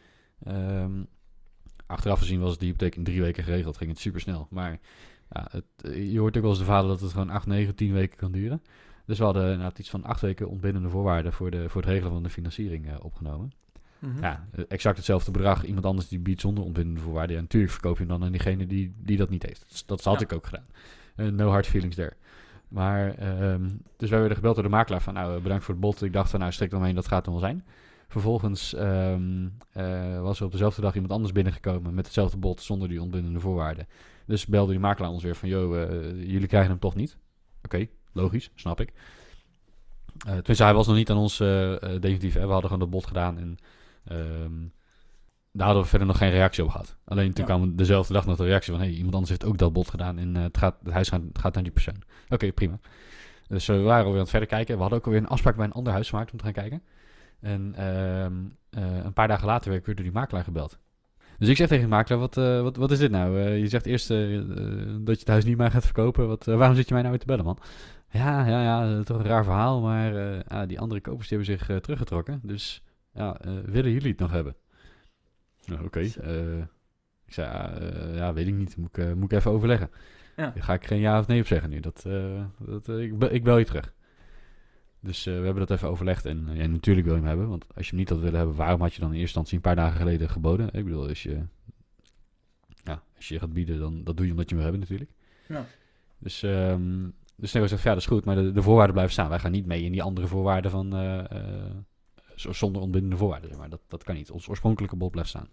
Um, achteraf gezien was het die hypotheek in drie weken geregeld. Ging het super snel. Maar ja, het, je hoort ook wel eens de verhalen dat het gewoon acht, negen, tien weken kan duren. Dus we hadden nou, iets van acht weken ontbindende voorwaarden voor, de, voor het regelen van de financiering uh, opgenomen. Mm-hmm. Ja, exact hetzelfde bedrag. Iemand anders die biedt zonder ontbindende voorwaarden. Ja, natuurlijk verkoop je hem dan aan diegene die, die dat niet heeft. Dus dat had ja. ik ook gedaan. Uh, no hard feelings there. Maar, um, dus wij werden gebeld door de makelaar van, nou, bedankt voor het bod. Ik dacht van, nou, strik omheen, dat gaat er wel zijn. Vervolgens um, uh, was er op dezelfde dag iemand anders binnengekomen met hetzelfde bod zonder die ontbindende voorwaarden. Dus belde die makelaar ons weer van, joh, uh, jullie krijgen hem toch niet? Oké, okay, logisch, snap ik. Uh, tenminste, hij was nog niet aan ons uh, uh, definitief. Hè. We hadden gewoon dat bod gedaan en um, daar hadden we verder nog geen reactie op gehad. Alleen toen ja. kwam dezelfde dag nog de reactie van, hey, iemand anders heeft ook dat bod gedaan en uh, het, gaat, het huis gaat, gaat naar die persoon. Oké, okay, prima. Dus uh, we waren alweer aan het verder kijken. We hadden ook alweer een afspraak bij een ander huis gemaakt om te gaan kijken. En uh, uh, een paar dagen later werd ik weer door die makelaar gebeld. Dus ik zeg tegen de makelaar, wat, uh, wat, wat is dit nou? Uh, je zegt eerst uh, uh, dat je het huis niet meer gaat verkopen. Wat, uh, waarom zit je mij nou weer te bellen, man? Ja, ja, ja, toch een raar verhaal. Maar uh, uh, die andere kopers die hebben zich uh, teruggetrokken. Dus ja, uh, willen jullie het nog hebben? Nou, oké. Okay. Uh, ik zei, uh, ja, weet ik niet. Moet ik, uh, moet ik even overleggen. Ja. Daar ga ik geen ja of nee op zeggen nu. Dat, uh, dat, uh, ik, be- ik bel je terug. Dus uh, we hebben dat even overlegd. En uh, ja, natuurlijk wil je hem hebben. Want als je hem niet had willen hebben, waarom had je dan in eerste instantie een paar dagen geleden geboden? Ik bedoel, als je, ja, als je gaat bieden, dan dat doe je omdat je hem wil hebben natuurlijk. Ja. Dus, um, dus Nego zegt, ja, dat is goed. Maar de, de voorwaarden blijven staan. Wij gaan niet mee in die andere voorwaarden van uh, uh, zonder ontbindende voorwaarden. Zeg maar dat, dat kan niet. Ons oorspronkelijke bod blijft staan.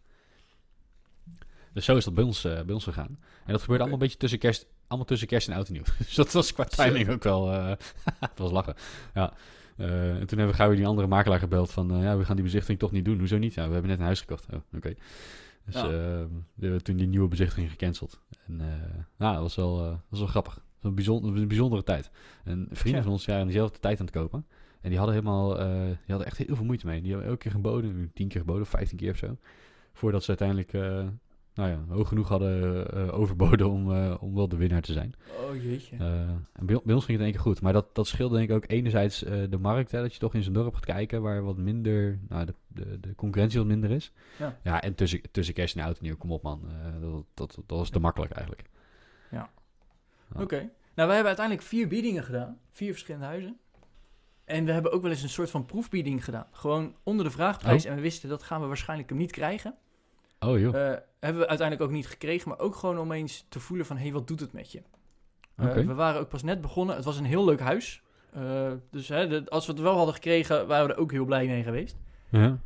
Dus zo is dat bij ons, uh, bij ons gegaan. En dat gebeurde okay. allemaal een beetje tussen kerst, allemaal tussen kerst en oud en nieuw. Dus dat was qua timing ook wel, uh, het was lachen. Ja. Uh, en toen hebben we gauw weer die andere makelaar gebeld van, uh, ja, we gaan die bezichtiging toch niet doen. Hoezo niet? Ja, we hebben net een huis gekocht. Oh, oké. Okay. Dus ja. uh, we hebben toen die nieuwe bezichtiging gecanceld. En uh, nou, dat was wel, uh, dat was wel grappig. Dat was een, bijzonder, een bijzondere tijd. En vrienden ja. van ons waren in dezelfde tijd aan het kopen. En die hadden helemaal, uh, die hadden echt heel veel moeite mee. Die hebben elke keer geboden, tien keer geboden, vijftien keer of zo. Voordat ze uiteindelijk... Uh, nou ja, hoog genoeg hadden uh, overboden om, uh, om wel de winnaar te zijn. Oh jeetje. Uh, en bij, bij ons ging het in één keer goed. Maar dat, dat scheelde denk ik ook enerzijds uh, de markt. Hè, dat je toch in zo'n dorp gaat kijken waar wat minder, nou, de, de, de concurrentie wat minder is. Ja, ja en tussen, tussen kerst en oud en nieuw, kom op man. Uh, dat, dat, dat was te makkelijk eigenlijk. Ja. ja. Oké. Okay. Nou, wij hebben uiteindelijk vier biedingen gedaan. Vier verschillende huizen. En we hebben ook wel eens een soort van proefbieding gedaan. Gewoon onder de vraagprijs. Oh. En we wisten dat gaan we waarschijnlijk hem niet krijgen. Oh joh. Uh, hebben we uiteindelijk ook niet gekregen, maar ook gewoon om eens te voelen van, hé, hey, wat doet het met je? Uh, okay. We waren ook pas net begonnen. Het was een heel leuk huis. Uh, dus hè, de, als we het wel hadden gekregen, waren we er ook heel blij mee geweest. Ja.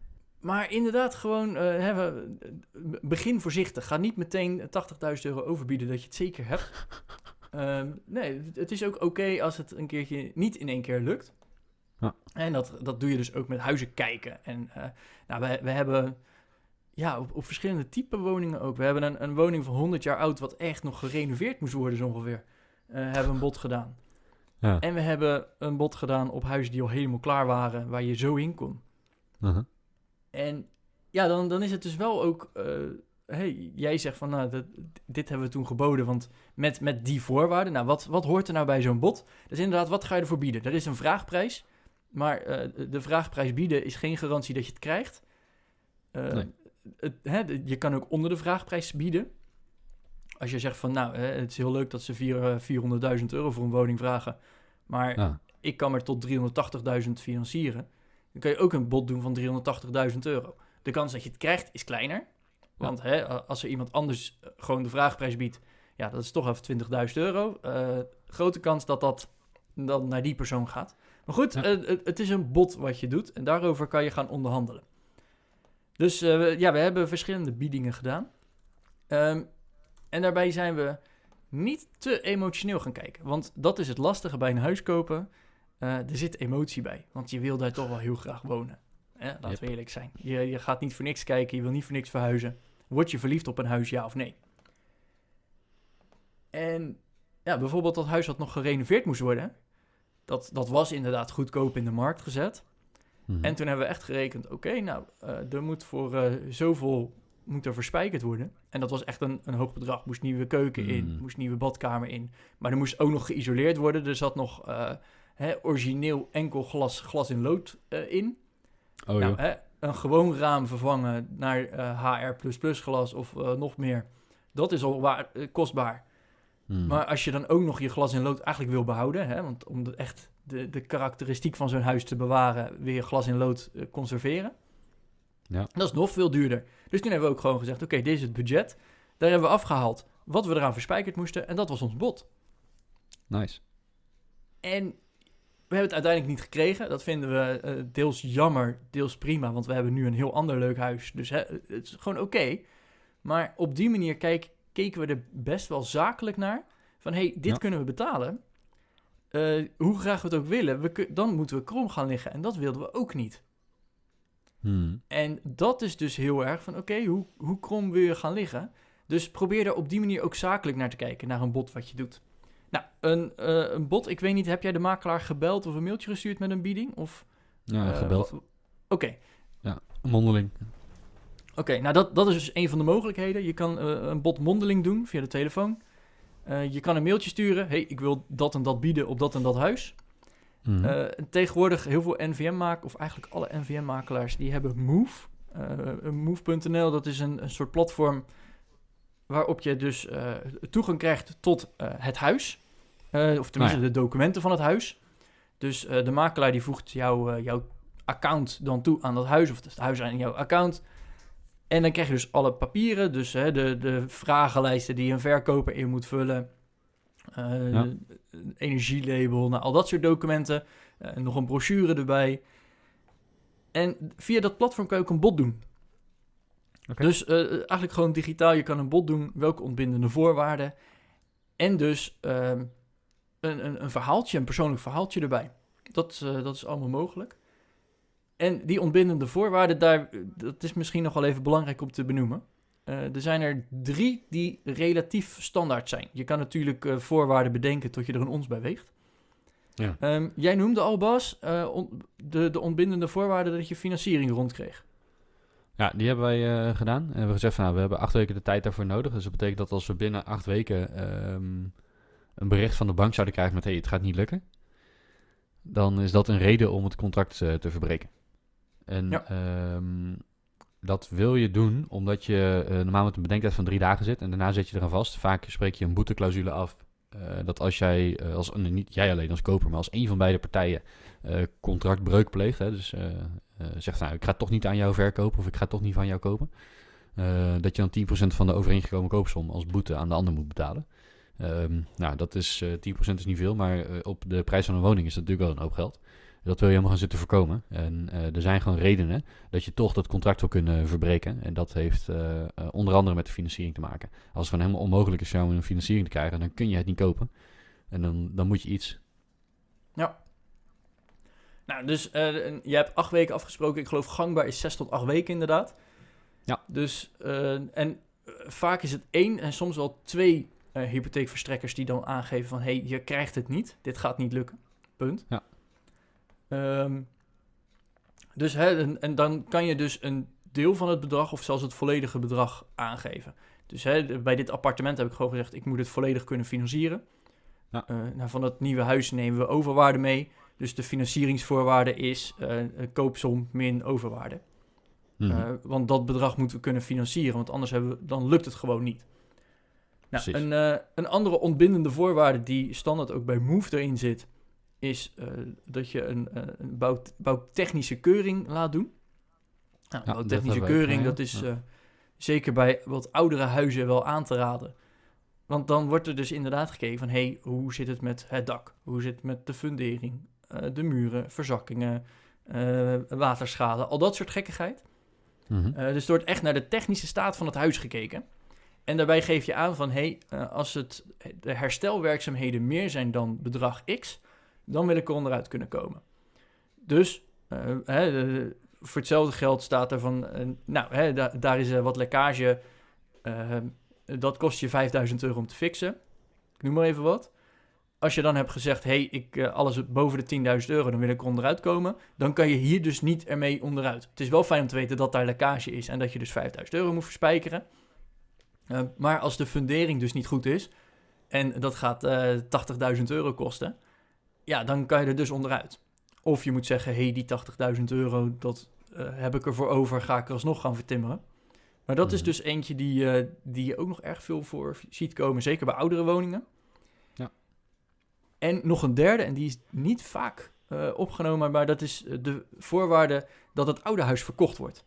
Maar inderdaad, gewoon uh, hè, we, begin voorzichtig. Ga niet meteen tachtigduizend euro overbieden dat je het zeker hebt. uh, nee, het is ook oké okay als het een keertje niet in één keer lukt. Ja. En dat, dat doe je dus ook met huizen kijken. En uh, nou, we, we hebben... Ja, op, op verschillende type woningen ook. We hebben een, een woning van honderd jaar oud... wat echt nog gerenoveerd moest worden, zo ongeveer. Uh, hebben we een bod gedaan. Ja. En we hebben een bod gedaan op huizen die al helemaal klaar waren... waar je zo in kon. Uh-huh. En ja, dan, dan is het dus wel ook... Uh, hey, jij zegt van, nou, dat, dit hebben we toen geboden... want met, met die voorwaarden... Nou, wat, wat hoort er nou bij zo'n bod? Dus inderdaad, wat ga je ervoor bieden? Er is een vraagprijs... maar uh, de vraagprijs bieden is geen garantie dat je het krijgt... Uh, nee. Het, hè, je kan ook onder de vraagprijs bieden. Als je zegt van, nou, hè, het is heel leuk dat ze vierhonderdduizend euro voor een woning vragen. Maar ja. ik kan maar tot driehonderdtachtigduizend financieren. Dan kan je ook een bod doen van driehonderdtachtigduizend euro. De kans dat je het krijgt is kleiner. Want ja. hè, als er iemand anders gewoon de vraagprijs biedt, ja, dat is toch even twintigduizend euro. Uh, grote kans dat dat dan naar die persoon gaat. Maar goed, ja. uh, het, het is een bod wat je doet. En daarover kan je gaan onderhandelen. Dus uh, we, ja, we hebben verschillende biedingen gedaan. Um, en daarbij zijn we niet te emotioneel gaan kijken. Want dat is het lastige bij een huis kopen. Uh, er zit emotie bij. Want je wil daar toch wel heel graag wonen. Eh, laten yep. we eerlijk zijn. Je, je gaat niet voor niks kijken. Je wil niet voor niks verhuizen. Word je verliefd op een huis, ja of nee? En ja, bijvoorbeeld dat huis wat nog gerenoveerd moest worden. Dat, dat was inderdaad goedkoop in de markt gezet. Mm-hmm. En toen hebben we echt gerekend, oké, okay, nou, uh, er moet voor uh, zoveel moet er verspijkerd worden. En dat was echt een, een hoog bedrag. Moest nieuwe keuken in, mm. moest nieuwe badkamer in. Maar er moest ook nog geïsoleerd worden. Er zat nog uh, hè, origineel enkel glas, glas in lood uh, in. Oh, nou, hè, een gewoon raam vervangen naar uh, H R plus plus glas of uh, nog meer. Dat is al waar, uh, kostbaar. Mm. Maar als je dan ook nog je glas in lood eigenlijk wil behouden, hè, want om de, echt de, de karakteristiek van zo'n huis te bewaren, wil je glas in lood uh, conserveren. Ja. Dat is nog veel duurder. Dus toen hebben we ook gewoon gezegd, oké, okay, dit is het budget. Daar hebben we afgehaald wat we eraan verspijkerd moesten en dat was ons bod. Nice. En we hebben het uiteindelijk niet gekregen. Dat vinden we uh, deels jammer, deels prima, want we hebben nu een heel ander leuk huis. Dus hè, het is gewoon oké. Okay. Maar op die manier kijk, keken we er best wel zakelijk naar. Van, hé, hey, dit ja. kunnen we betalen. Uh, hoe graag we het ook willen, we, dan moeten we krom gaan liggen. En dat wilden we ook niet. Hmm. En dat is dus heel erg van, oké, okay, hoe, hoe krom wil je gaan liggen? Dus probeer er op die manier ook zakelijk naar te kijken, naar een bod wat je doet. Nou, een, uh, een bod, ik weet niet, heb jij de makelaar gebeld of een mailtje gestuurd met een bieding? Of, ja, uh, gebeld. Oké. Okay. Ja, mondeling. Oké, okay, nou dat, dat is dus een van de mogelijkheden. Je kan uh, een bod mondeling doen via de telefoon. Uh, je kan een mailtje sturen. Hey, ik wil dat en dat bieden op dat en dat huis. Mm-hmm. Uh, tegenwoordig heel veel N V M-makelaars, of eigenlijk alle N V M-makelaars, die hebben Move. Uh, Move punt n l, dat is een, een soort platform waarop je dus uh, toegang krijgt tot uh, het huis. Uh, of tenminste oh ja. de documenten van het huis. Dus uh, de makelaar die voegt jou, uh, jouw account dan toe aan dat huis, of het huis aan jouw account. En dan krijg je dus alle papieren, dus hè, de, de vragenlijsten die een verkoper in moet vullen. Uh, ja. Energielabel, nou, al dat soort documenten. Uh, nog een brochure erbij. En via dat platform kan je ook een bod doen. Okay. Dus uh, eigenlijk gewoon digitaal, je kan een bod doen, welke ontbindende voorwaarden. En dus uh, een, een, een verhaaltje, een persoonlijk verhaaltje erbij. Dat, uh, dat is allemaal mogelijk. En die ontbindende voorwaarden, daar, dat is misschien nog wel even belangrijk om te benoemen. Uh, er zijn er drie die relatief standaard zijn. Je kan natuurlijk uh, voorwaarden bedenken tot je er een ons bij weegt. Ja. Um, jij noemde al, Bas, uh, on, de, de ontbindende voorwaarden dat je financiering rondkreeg. Ja, die hebben wij uh, gedaan. En we hebben gezegd van, nou, we hebben acht weken de tijd daarvoor nodig. Dus dat betekent dat als we binnen acht weken um, een bericht van de bank zouden krijgen met, hé, hey, het gaat niet lukken, dan is dat een reden om het contract uh, te verbreken. En ja. um, dat wil je doen omdat je uh, normaal met een bedenktijd van drie dagen zit en daarna zet je eraan vast. Vaak spreek je een boeteclausule af. Uh, dat als jij, uh, als, niet jij alleen als koper, maar als een van beide partijen uh, contractbreuk pleegt. Hè, dus uh, uh, zegt, nou, ik ga toch niet aan jou verkopen of ik ga toch niet van jou kopen. Uh, dat je dan tien procent van de overeengekomen koopsom als boete aan de ander moet betalen. Um, nou, dat is, uh, tien procent is niet veel, maar uh, op de prijs van een woning is dat natuurlijk wel een hoop geld. Dat wil je helemaal gaan zitten voorkomen. En uh, er zijn gewoon redenen dat je toch dat contract wil kunnen verbreken. En dat heeft uh, uh, onder andere met de financiering te maken. Als het gewoon helemaal onmogelijk is om een financiering te krijgen, dan kun je het niet kopen. En dan, dan moet je iets. Ja. Nou, dus uh, je hebt acht weken afgesproken. Ik geloof gangbaar is zes tot acht weken inderdaad. Ja. Dus, uh, en uh, vaak is het één en soms wel twee uh, hypotheekverstrekkers die dan aangeven van, hé, hey, je krijgt het niet. Dit gaat niet lukken. Punt. Ja. Um, dus hè, en, en dan kan je dus een deel van het bedrag of zelfs het volledige bedrag aangeven. Dus hè, bij dit appartement heb ik gewoon gezegd, ik moet het volledig kunnen financieren. Ja. Uh, nou, van dat nieuwe huis nemen we overwaarde mee. Dus de financieringsvoorwaarde is uh, een koopsom min overwaarde. Mm-hmm. Uh, want dat bedrag moeten we kunnen financieren, want anders hebben we, dan lukt het gewoon niet. Nou, een, uh, een andere ontbindende voorwaarde die standaard ook bij Move erin zit, is uh, dat je een, uh, een bouw, bouwtechnische keuring laat doen. Nou, ja, bouwtechnische dat keuring, wij, dat is ja. uh, zeker bij wat oudere huizen wel aan te raden. Want dan wordt er dus inderdaad gekeken van, hé, hey, hoe zit het met het dak? Hoe zit het met de fundering, uh, de muren, verzakkingen, uh, waterschade, al dat soort gekkigheid. Mm-hmm. Uh, dus er wordt echt naar de technische staat van het huis gekeken. En daarbij geef je aan van, hé, hey, uh, als het, de herstelwerkzaamheden meer zijn dan bedrag X, dan wil ik er onderuit kunnen komen. Dus uh, hè, de, voor hetzelfde geld staat er van, uh, nou, hè, da- daar is uh, wat lekkage, uh, dat kost je vijfduizend euro om te fixen. Ik noem maar even wat. Als je dan hebt gezegd, hé, hey, ik uh, alles boven de tienduizend euro, dan wil ik er onderuit komen, dan kan je hier dus niet ermee onderuit. Het is wel fijn om te weten dat daar lekkage is en dat je dus vijfduizend euro moet verspijkeren. Uh, maar als de fundering dus niet goed is, en dat gaat uh, tachtigduizend euro kosten, ja, dan kan je er dus onderuit. Of je moet zeggen, hé, hey, die tachtigduizend euro, dat uh, heb ik ervoor over, ga ik er alsnog gaan vertimmeren. Maar dat mm. is dus eentje die, uh, die je ook nog erg veel voor ziet komen, zeker bij oudere woningen. Ja. En nog een derde, en die is niet vaak uh, opgenomen, maar dat is de voorwaarde dat het oude huis verkocht wordt.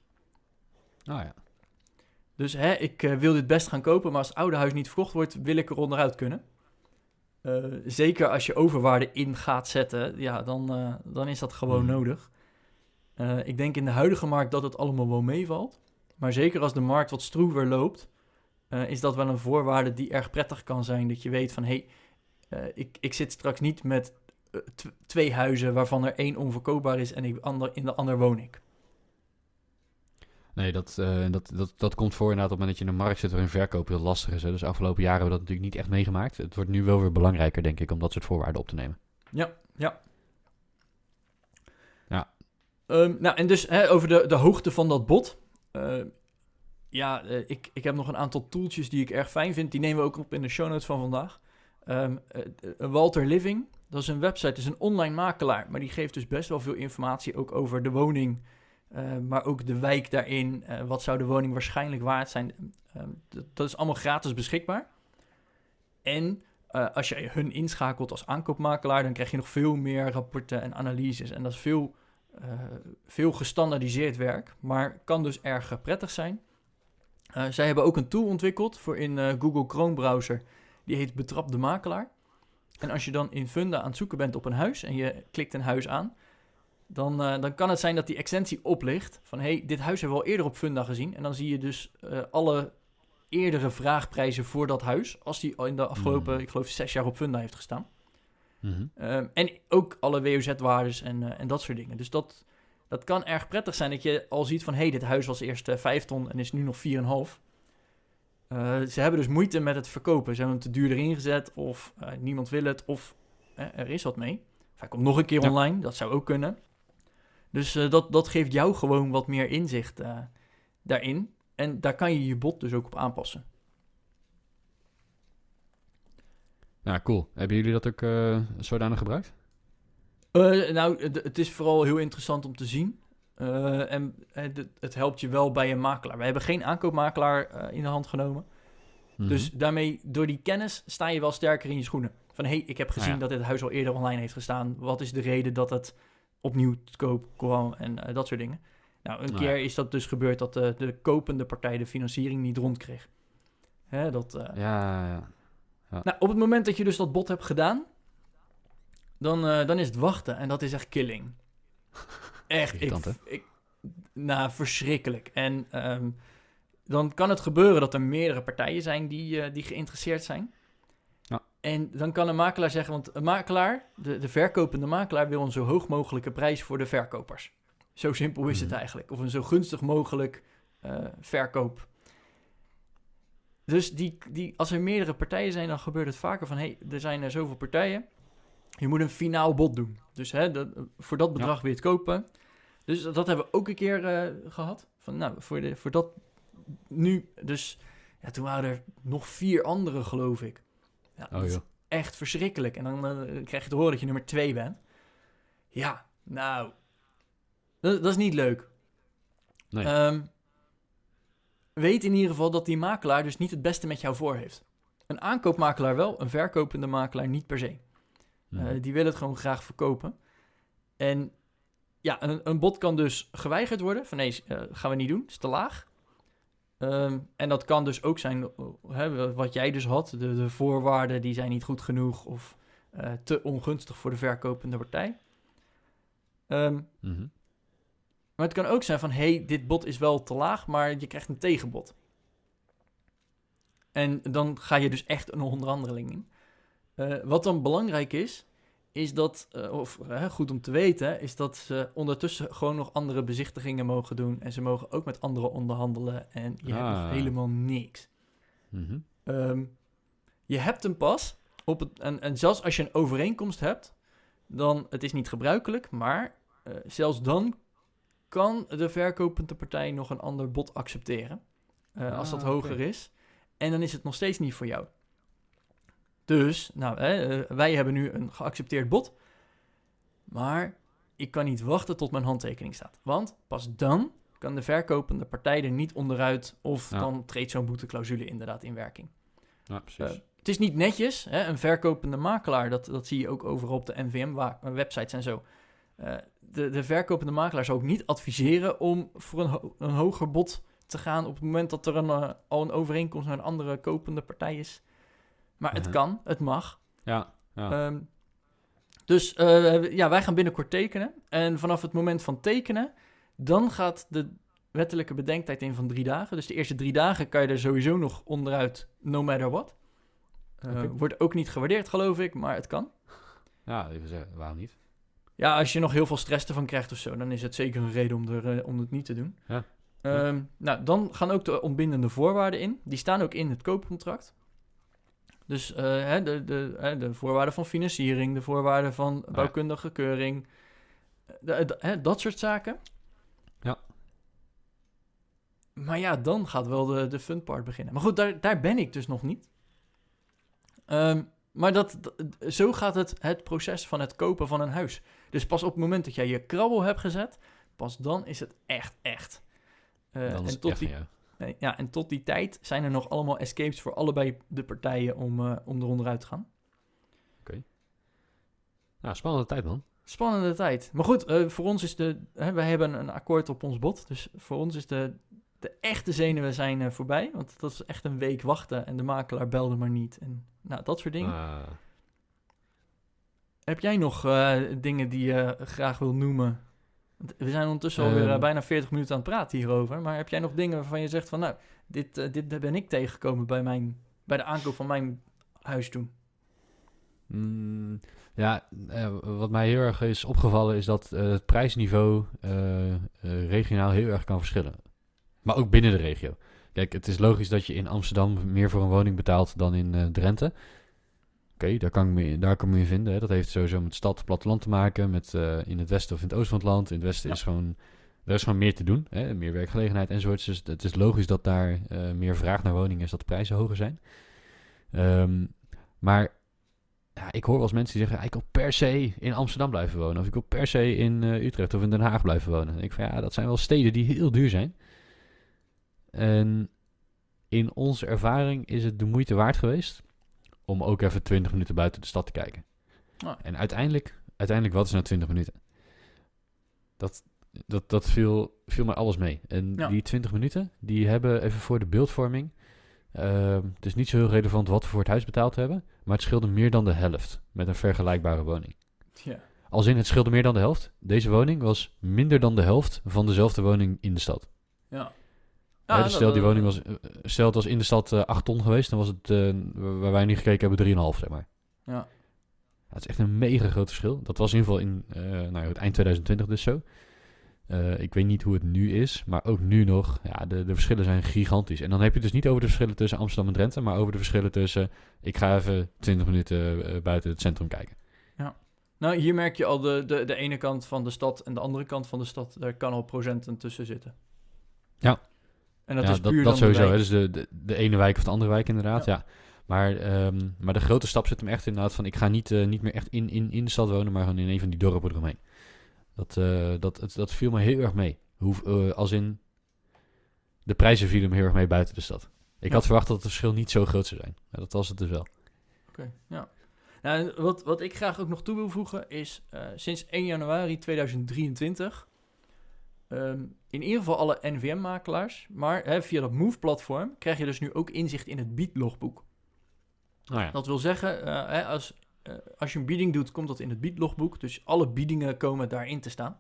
Ah ja. Dus hè, ik uh, wil dit best gaan kopen, maar als het oude huis niet verkocht wordt, wil ik er onderuit kunnen. Uh, zeker als je overwaarde in gaat zetten, ja, dan, uh, dan is dat gewoon mm. nodig. Uh, ik denk in de huidige markt dat het allemaal wel meevalt. Maar zeker als de markt wat stroever loopt, uh, is dat wel een voorwaarde die erg prettig kan zijn. Dat je weet van, hé, hey, uh, ik, ik zit straks niet met uh, t- twee huizen waarvan er één onverkoopbaar is en ik ander, in de ander woon ik. Nee, dat, uh, dat, dat, dat komt voor inderdaad op het moment dat je in de markt zit waarin verkoop heel lastig is. Hè? Dus afgelopen jaren hebben we dat natuurlijk niet echt meegemaakt. Het wordt nu wel weer belangrijker, denk ik, om dat soort voorwaarden op te nemen. Ja, ja. Ja. Um, nou, en dus hè, over de, de hoogte van dat bod. Uh, Ja, uh, ik, ik heb nog een aantal tooltjes die ik erg fijn vind. Die nemen we ook op in de show notes van vandaag. Um, uh, uh, Walter Living, dat is een website, dat is een online makelaar. Maar die geeft dus best wel veel informatie ook over de woning. Uh, maar ook de wijk daarin. Uh, wat zou de woning waarschijnlijk waard zijn? Uh, d- dat is allemaal gratis beschikbaar. En uh, als je hun inschakelt als aankoopmakelaar, dan krijg je nog veel meer rapporten en analyses. En dat is veel, uh, veel gestandaardiseerd werk, maar kan dus erg uh, prettig zijn. Uh, zij hebben ook een tool ontwikkeld voor in uh, Google Chrome browser. Die heet Betrap de Makelaar. En als je dan in Funda aan het zoeken bent op een huis en je klikt een huis aan, dan, uh, dan kan het zijn dat die extensie oplicht van hey, dit huis hebben we al eerder op Funda gezien. En dan zie je dus uh, alle eerdere vraagprijzen voor dat huis, als die al in de afgelopen, mm. ik geloof, zes jaar op Funda heeft gestaan. Mm-hmm. Um, en ook alle W O Z-waardes en, uh, en dat soort dingen. Dus dat, dat kan erg prettig zijn dat je al ziet van hey, dit huis was eerst uh, vijf ton en is nu nog vier komma vijf. Uh, ze hebben dus moeite met het verkopen. Ze hebben hem te duur erin gezet of uh, niemand wil het of uh, er is wat mee. Of hij komt nog een keer ja. online, dat zou ook kunnen. Dus uh, dat, dat geeft jou gewoon wat meer inzicht uh, daarin. En daar kan je je bod dus ook op aanpassen. Ja, cool. Hebben jullie dat ook uh, zodanig gebruikt? Uh, nou, d- het is vooral heel interessant om te zien. Uh, en uh, d- het helpt je wel bij een makelaar. We hebben geen aankoopmakelaar uh, in de hand genomen. Mm-hmm. Dus daarmee, door die kennis, sta je wel sterker in je schoenen. Van, hé, hey, ik heb gezien ah, ja. dat dit huis al eerder online heeft gestaan. Wat is de reden dat het opnieuw te koop kwam en uh, dat soort dingen. Nou, een ah, keer ja. is dat dus gebeurd dat de, de kopende partij de financiering niet rondkreeg. Hè, dat, uh, ja, ja, ja. Nou, op het moment dat je dus dat bod hebt gedaan, dan, uh, dan is het wachten. En dat is echt killing. Echt, ik, ik, nou, verschrikkelijk. En um, dan kan het gebeuren dat er meerdere partijen zijn die, uh, die geïnteresseerd zijn. Ja. En dan kan een makelaar zeggen, want een makelaar, de, de verkopende makelaar, wil een zo hoog mogelijke prijs voor de verkopers. Zo simpel is mm. het eigenlijk. Of een zo gunstig mogelijk uh, verkoop. Dus die, die, als er meerdere partijen zijn, dan gebeurt het vaker van, hé, hey, er zijn er zoveel partijen. Je moet een finaal bod doen. Dus hè, dat, voor dat bedrag ja. wil je het kopen. Dus dat hebben we ook een keer uh, gehad. Van, nou, voor, de, voor dat nu. Dus ja, toen waren er nog vier andere, geloof ik. Ja, dat oh, is echt verschrikkelijk. En dan uh, krijg je te horen dat je nummer twee bent. Ja, nou, dat, dat is niet leuk. Nee. Um, weet in ieder geval dat die makelaar dus niet het beste met jou voor heeft. Een aankoopmakelaar wel, een verkopende makelaar niet per se. Uh, die willen het gewoon graag verkopen. En ja, een, een bod kan dus geweigerd worden. Van nee, uh, gaan we niet doen, is te laag. Um, en dat kan dus ook zijn, uh, hè, wat jij dus had. De, de voorwaarden die zijn niet goed genoeg of uh, te ongunstig voor de verkopende partij. Um, mm-hmm. Maar het kan ook zijn van, hé, hey, dit bod is wel te laag, maar je krijgt een tegenbod. En dan ga je dus echt een onderhandeling in. Uh, wat dan belangrijk is, is dat, uh, of uh, goed om te weten, is dat ze ondertussen gewoon nog andere bezichtigingen mogen doen. En ze mogen ook met anderen onderhandelen. En je ah. hebt nog helemaal niks. Mm-hmm. Um, je hebt hem pas, op het, en, en zelfs als je een overeenkomst hebt, dan, het is niet gebruikelijk, maar uh, zelfs dan kan de verkopende partij nog een ander bod accepteren. Uh, ah, als dat hoger okay. is. En dan is het nog steeds niet voor jou. Dus, nou, hè, uh, wij hebben nu een geaccepteerd bod. Maar ik kan niet wachten tot mijn handtekening staat. Want pas dan kan de verkopende partij er niet onderuit. Of ja. dan treedt zo'n boeteclausule inderdaad in werking. Ja, precies. Uh, het is niet netjes. Hè? Een verkopende makelaar, dat, dat zie je ook overal op de N V M-websites en zo. Uh, de, de verkopende makelaar zou ook niet adviseren om voor een, ho- een hoger bod te gaan op het moment dat er een, uh, al een overeenkomst met een andere kopende partij is. Maar uh-huh. het kan, het mag. Ja, ja. Um, dus uh, ja, wij gaan binnenkort tekenen. En vanaf het moment van tekenen, dan gaat de wettelijke bedenktijd in van drie dagen. Dus de eerste drie dagen kan je er sowieso nog onderuit, no matter what. Uh, okay. Wordt ook niet gewaardeerd, geloof ik, maar het kan. Ja, even zeggen, waarom niet? Ja, als je nog heel veel stress ervan krijgt of zo, dan is het zeker een reden om, er, uh, om het niet te doen. Ja. Um, ja. Nou, dan gaan ook de ontbindende voorwaarden in. Die staan ook in het koopcontract. Dus uh, hè, de, de, hè, de voorwaarden van financiering, de voorwaarden van bouwkundige keuring, de, de, hè, dat soort zaken. Ja. maar ja, dan gaat wel de, de fun part beginnen. Maar goed, daar, daar ben ik dus nog niet. Um, maar dat, dat, zo gaat het, het proces van het kopen van een huis. Dus pas op het moment dat jij je krabbel hebt gezet, pas dan is het echt echt. Uh, dan is en tot echt, die, ja. uh, ja, en tot die tijd zijn er nog allemaal escapes voor allebei de partijen om, uh, om er onderuit te gaan. Oké. Okay. Nou, spannende tijd, man. Spannende tijd. Maar goed, uh, voor ons is de... Hè, wij hebben een akkoord op ons bod. Dus voor ons is de, de echte zenuwen zijn uh, voorbij. Want dat is echt een week wachten. En de makelaar belde maar niet. En nou, dat soort dingen. Uh. Heb jij nog uh, dingen die je graag wil noemen? We zijn ondertussen um, alweer uh, bijna veertig minuten aan het praten hierover. Maar heb jij nog dingen waarvan je zegt van... Nou, dit, uh, dit ben ik tegengekomen bij, mijn, bij de aankoop van mijn huis toen? Mm, ja, uh, wat mij heel erg is opgevallen is dat uh, het prijsniveau uh, uh, regionaal heel erg kan verschillen. Maar ook binnen de regio. Kijk, het is logisch dat je in Amsterdam meer voor een woning betaalt dan in uh, Drenthe. Oké, okay, daar kan ik me, daar kan ik me in vinden. Hè. Dat heeft sowieso met stad, platteland te maken. Met uh, in het westen of in het oosten van het land. In het westen ja. is gewoon, er is gewoon meer te doen. Hè. Meer werkgelegenheid enzovoort. Dus het is logisch dat daar uh, meer vraag naar woningen is, dat de prijzen hoger zijn. Um, maar ja, ik hoor wel eens mensen die zeggen, ik wil per se in Amsterdam blijven wonen. Of ik wil per se in uh, Utrecht of in Den Haag blijven wonen. En ik van ja, dat zijn wel steden die heel duur zijn. En in onze ervaring is het de moeite waard geweest om ook even twintig minuten buiten de stad te kijken. Oh. En uiteindelijk, uiteindelijk, wat is nou twintig minuten? Dat, dat, dat viel, viel mij alles mee. En ja. die twintig minuten, die hebben even voor de beeldvorming... Uh, het is niet zo heel relevant wat we voor het huis betaald hebben, maar het scheelde meer dan de helft met een vergelijkbare woning. Ja. Als in, het scheelde meer dan de helft. Deze woning was minder dan de helft van dezelfde woning in de stad. Ja. Ja, ja, dus stel, die woning was, stel het was in de stad uh, acht ton geweest, dan was het, uh, waar wij nu gekeken hebben, drie komma vijf, zeg maar. Ja. Ja, het is echt een mega groot verschil. Dat was in ieder geval in uh, nou, het eind twintig twintig dus zo. Uh, ik weet niet hoe het nu is, maar ook nu nog, ja, de, de verschillen zijn gigantisch. En dan heb je het dus niet over de verschillen tussen Amsterdam en Drenthe, maar over de verschillen tussen, ik ga even twintig minuten uh, buiten het centrum kijken. Ja, nou hier merk je al de, de, de ene kant van de stad en de andere kant van de stad, daar kan al procenten tussen zitten. Ja, en dat ja, is puur dat, dan dat sowieso, de hè, dus de, de, de ene wijk of de andere wijk inderdaad, ja. ja. Maar, um, maar de grote stap zit hem echt inderdaad van, ik ga niet, uh, niet meer echt in, in, in de stad wonen, maar gewoon in een van die dorpen eromheen. Dat, uh, dat, het, dat viel me heel erg mee. Hoe, uh, als in, de prijzen vielen me heel erg mee buiten de stad. Ik ja. had verwacht dat het verschil niet zo groot zou zijn. Ja, dat was het dus wel. Oké, okay, ja. Nou, wat, wat ik graag ook nog toe wil voegen is, uh, sinds één januari tweeduizend drieëntwintig... Um, in ieder geval alle N V M-makelaars, maar hè, via dat Move-platform krijg je dus nu ook inzicht in het biedlogboek. Oh ja. Dat wil zeggen, uh, hè, als... Uh, als je een bieding doet, komt dat in het biedlogboek. Dus alle biedingen komen daarin te staan.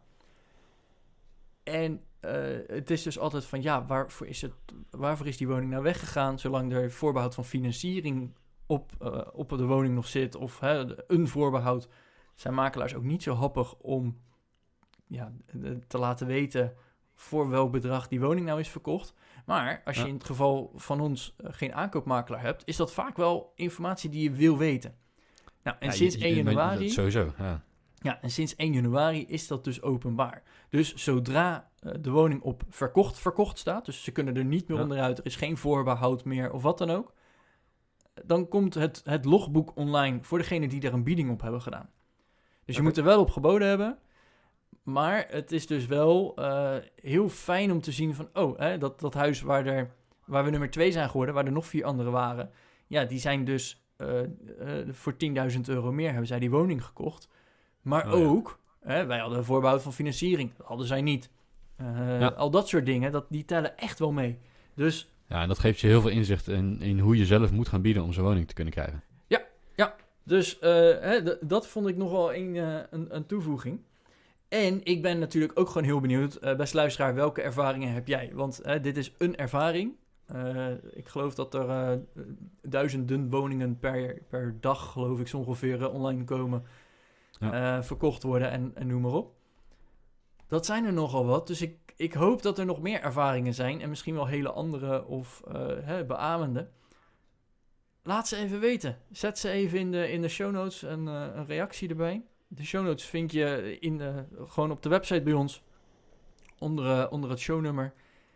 En uh, het is dus altijd van, ja, waarvoor is, het, waarvoor is die woning nou weggegaan? Zolang er voorbehoud van financiering op, uh, op de woning nog zit, of hè, een voorbehoud, zijn makelaars ook niet zo happig om ja, te laten weten voor welk bedrag die woning nou is verkocht. Maar als je ja. in het geval van ons uh, geen aankoopmakelaar hebt, is dat vaak wel informatie die je wil weten. Nou, en ja, sinds één januari... Sowieso, ja. Ja, en sinds één januari is dat dus openbaar. Dus zodra uh, de woning op verkocht verkocht staat, dus ze kunnen er niet meer ja. onderuit, er is geen voorbehoud meer of wat dan ook, dan komt het, het logboek online voor degene die daar een bieding op hebben gedaan. Dus okay. je moet er wel op geboden hebben, maar het is dus wel uh, heel fijn om te zien van, oh, hè, dat, dat huis waar, er, waar we nummer twee zijn geworden, waar er nog vier anderen waren, ja, die zijn dus... Uh, uh, voor tienduizend euro meer hebben zij die woning gekocht. Maar oh, ook, ja. hè, wij hadden een voorbehoud van financiering. Dat hadden zij niet. Uh, ja. Al dat soort dingen, dat, die tellen echt wel mee. Dus, ja, en dat geeft je heel veel inzicht in, in hoe je zelf moet gaan bieden om zo'n woning te kunnen krijgen. Ja, ja. Dus uh, hè, d- dat vond ik nog wel een, uh, een, een toevoeging. En ik ben natuurlijk ook gewoon heel benieuwd, uh, beste luisteraar, welke ervaringen heb jij? Want uh, dit is een ervaring. Uh, ik geloof dat er uh, duizenden woningen per, per dag, geloof ik, zo ongeveer uh, online komen, ja. uh, verkocht worden en, en noem maar op. Dat zijn er nogal wat, dus ik, ik hoop dat er nog meer ervaringen zijn en misschien wel hele andere of uh, hè, beamende. Laat ze even weten. Zet ze even in de, in de show notes een, uh, een reactie erbij. De show notes vind je in de, gewoon op de website bij ons, onder, uh, onder het shownummer.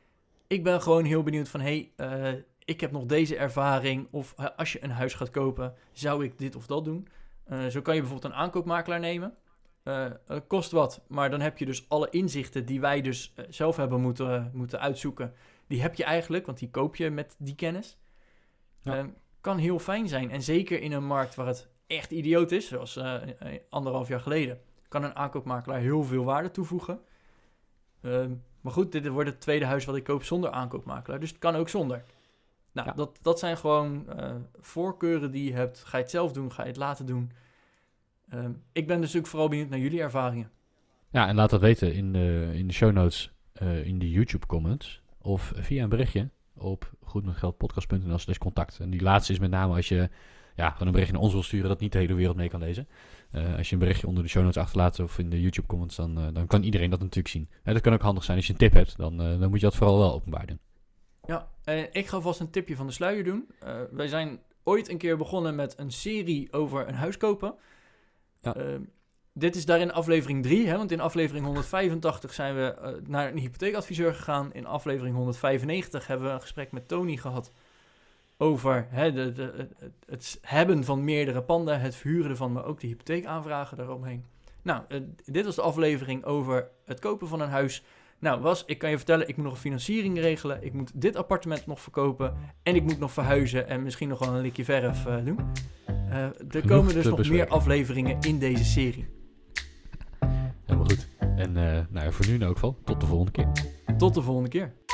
ik ben gewoon heel benieuwd van, hey, uh, ik heb nog deze ervaring. Of uh, als je een huis gaat kopen, zou ik dit of dat doen? Uh, zo kan je bijvoorbeeld een aankoopmakelaar nemen. Uh, uh, kost wat, maar dan heb je dus alle inzichten die wij dus uh, zelf hebben moeten, uh, moeten uitzoeken. Die heb je eigenlijk, want die koop je met die kennis. Ja. Uh, kan heel fijn zijn. En zeker in een markt waar het echt idioot is, zoals uh, anderhalf jaar geleden, kan een aankoopmakelaar heel veel waarde toevoegen. Uh, maar goed, dit wordt het tweede huis wat ik koop zonder aankoopmakelaar. Dus het kan ook zonder. Nou, ja. dat, dat zijn gewoon uh, voorkeuren die je hebt. Ga je het zelf doen? Ga je het laten doen? Uh, ik ben dus ook vooral benieuwd naar jullie ervaringen. Ja, en laat dat weten in de, in de show notes, uh, in de YouTube comments. Of via een berichtje op goedmetgeldpodcast punt n l slash contact. En die laatste is met name als je ja, gewoon een berichtje naar ons wil sturen dat niet de hele wereld mee kan lezen. Uh, als je een berichtje onder de show notes achterlaat of in de YouTube comments, dan, uh, dan kan iedereen dat natuurlijk zien. En dat kan ook handig zijn als je een tip hebt, dan, uh, dan moet je dat vooral wel openbaar doen. Ja, uh, ik ga vast een tipje van de sluier doen. Uh, wij zijn ooit een keer begonnen met een serie over een huis kopen. Ja. Uh, dit is daarin aflevering drie, hè, want in aflevering honderdvijfentachtig zijn we uh, naar een hypotheekadviseur gegaan. In aflevering honderdvijfennegentig hebben we een gesprek met Tony gehad over hè, de, de, het, het hebben van meerdere panden, het verhuren ervan, maar ook de hypotheekaanvragen daaromheen. Nou, uh, dit was de aflevering over het kopen van een huis. Nou, was, ik kan je vertellen, ik moet nog een financiering regelen, ik moet dit appartement nog verkopen en ik moet nog verhuizen en misschien nog wel een likje verf uh, doen. Uh, er Genoeg komen dus nog bespreken. meer afleveringen in deze serie. Helemaal goed. En uh, nou, voor nu in elk geval, tot de volgende keer. Tot de volgende keer.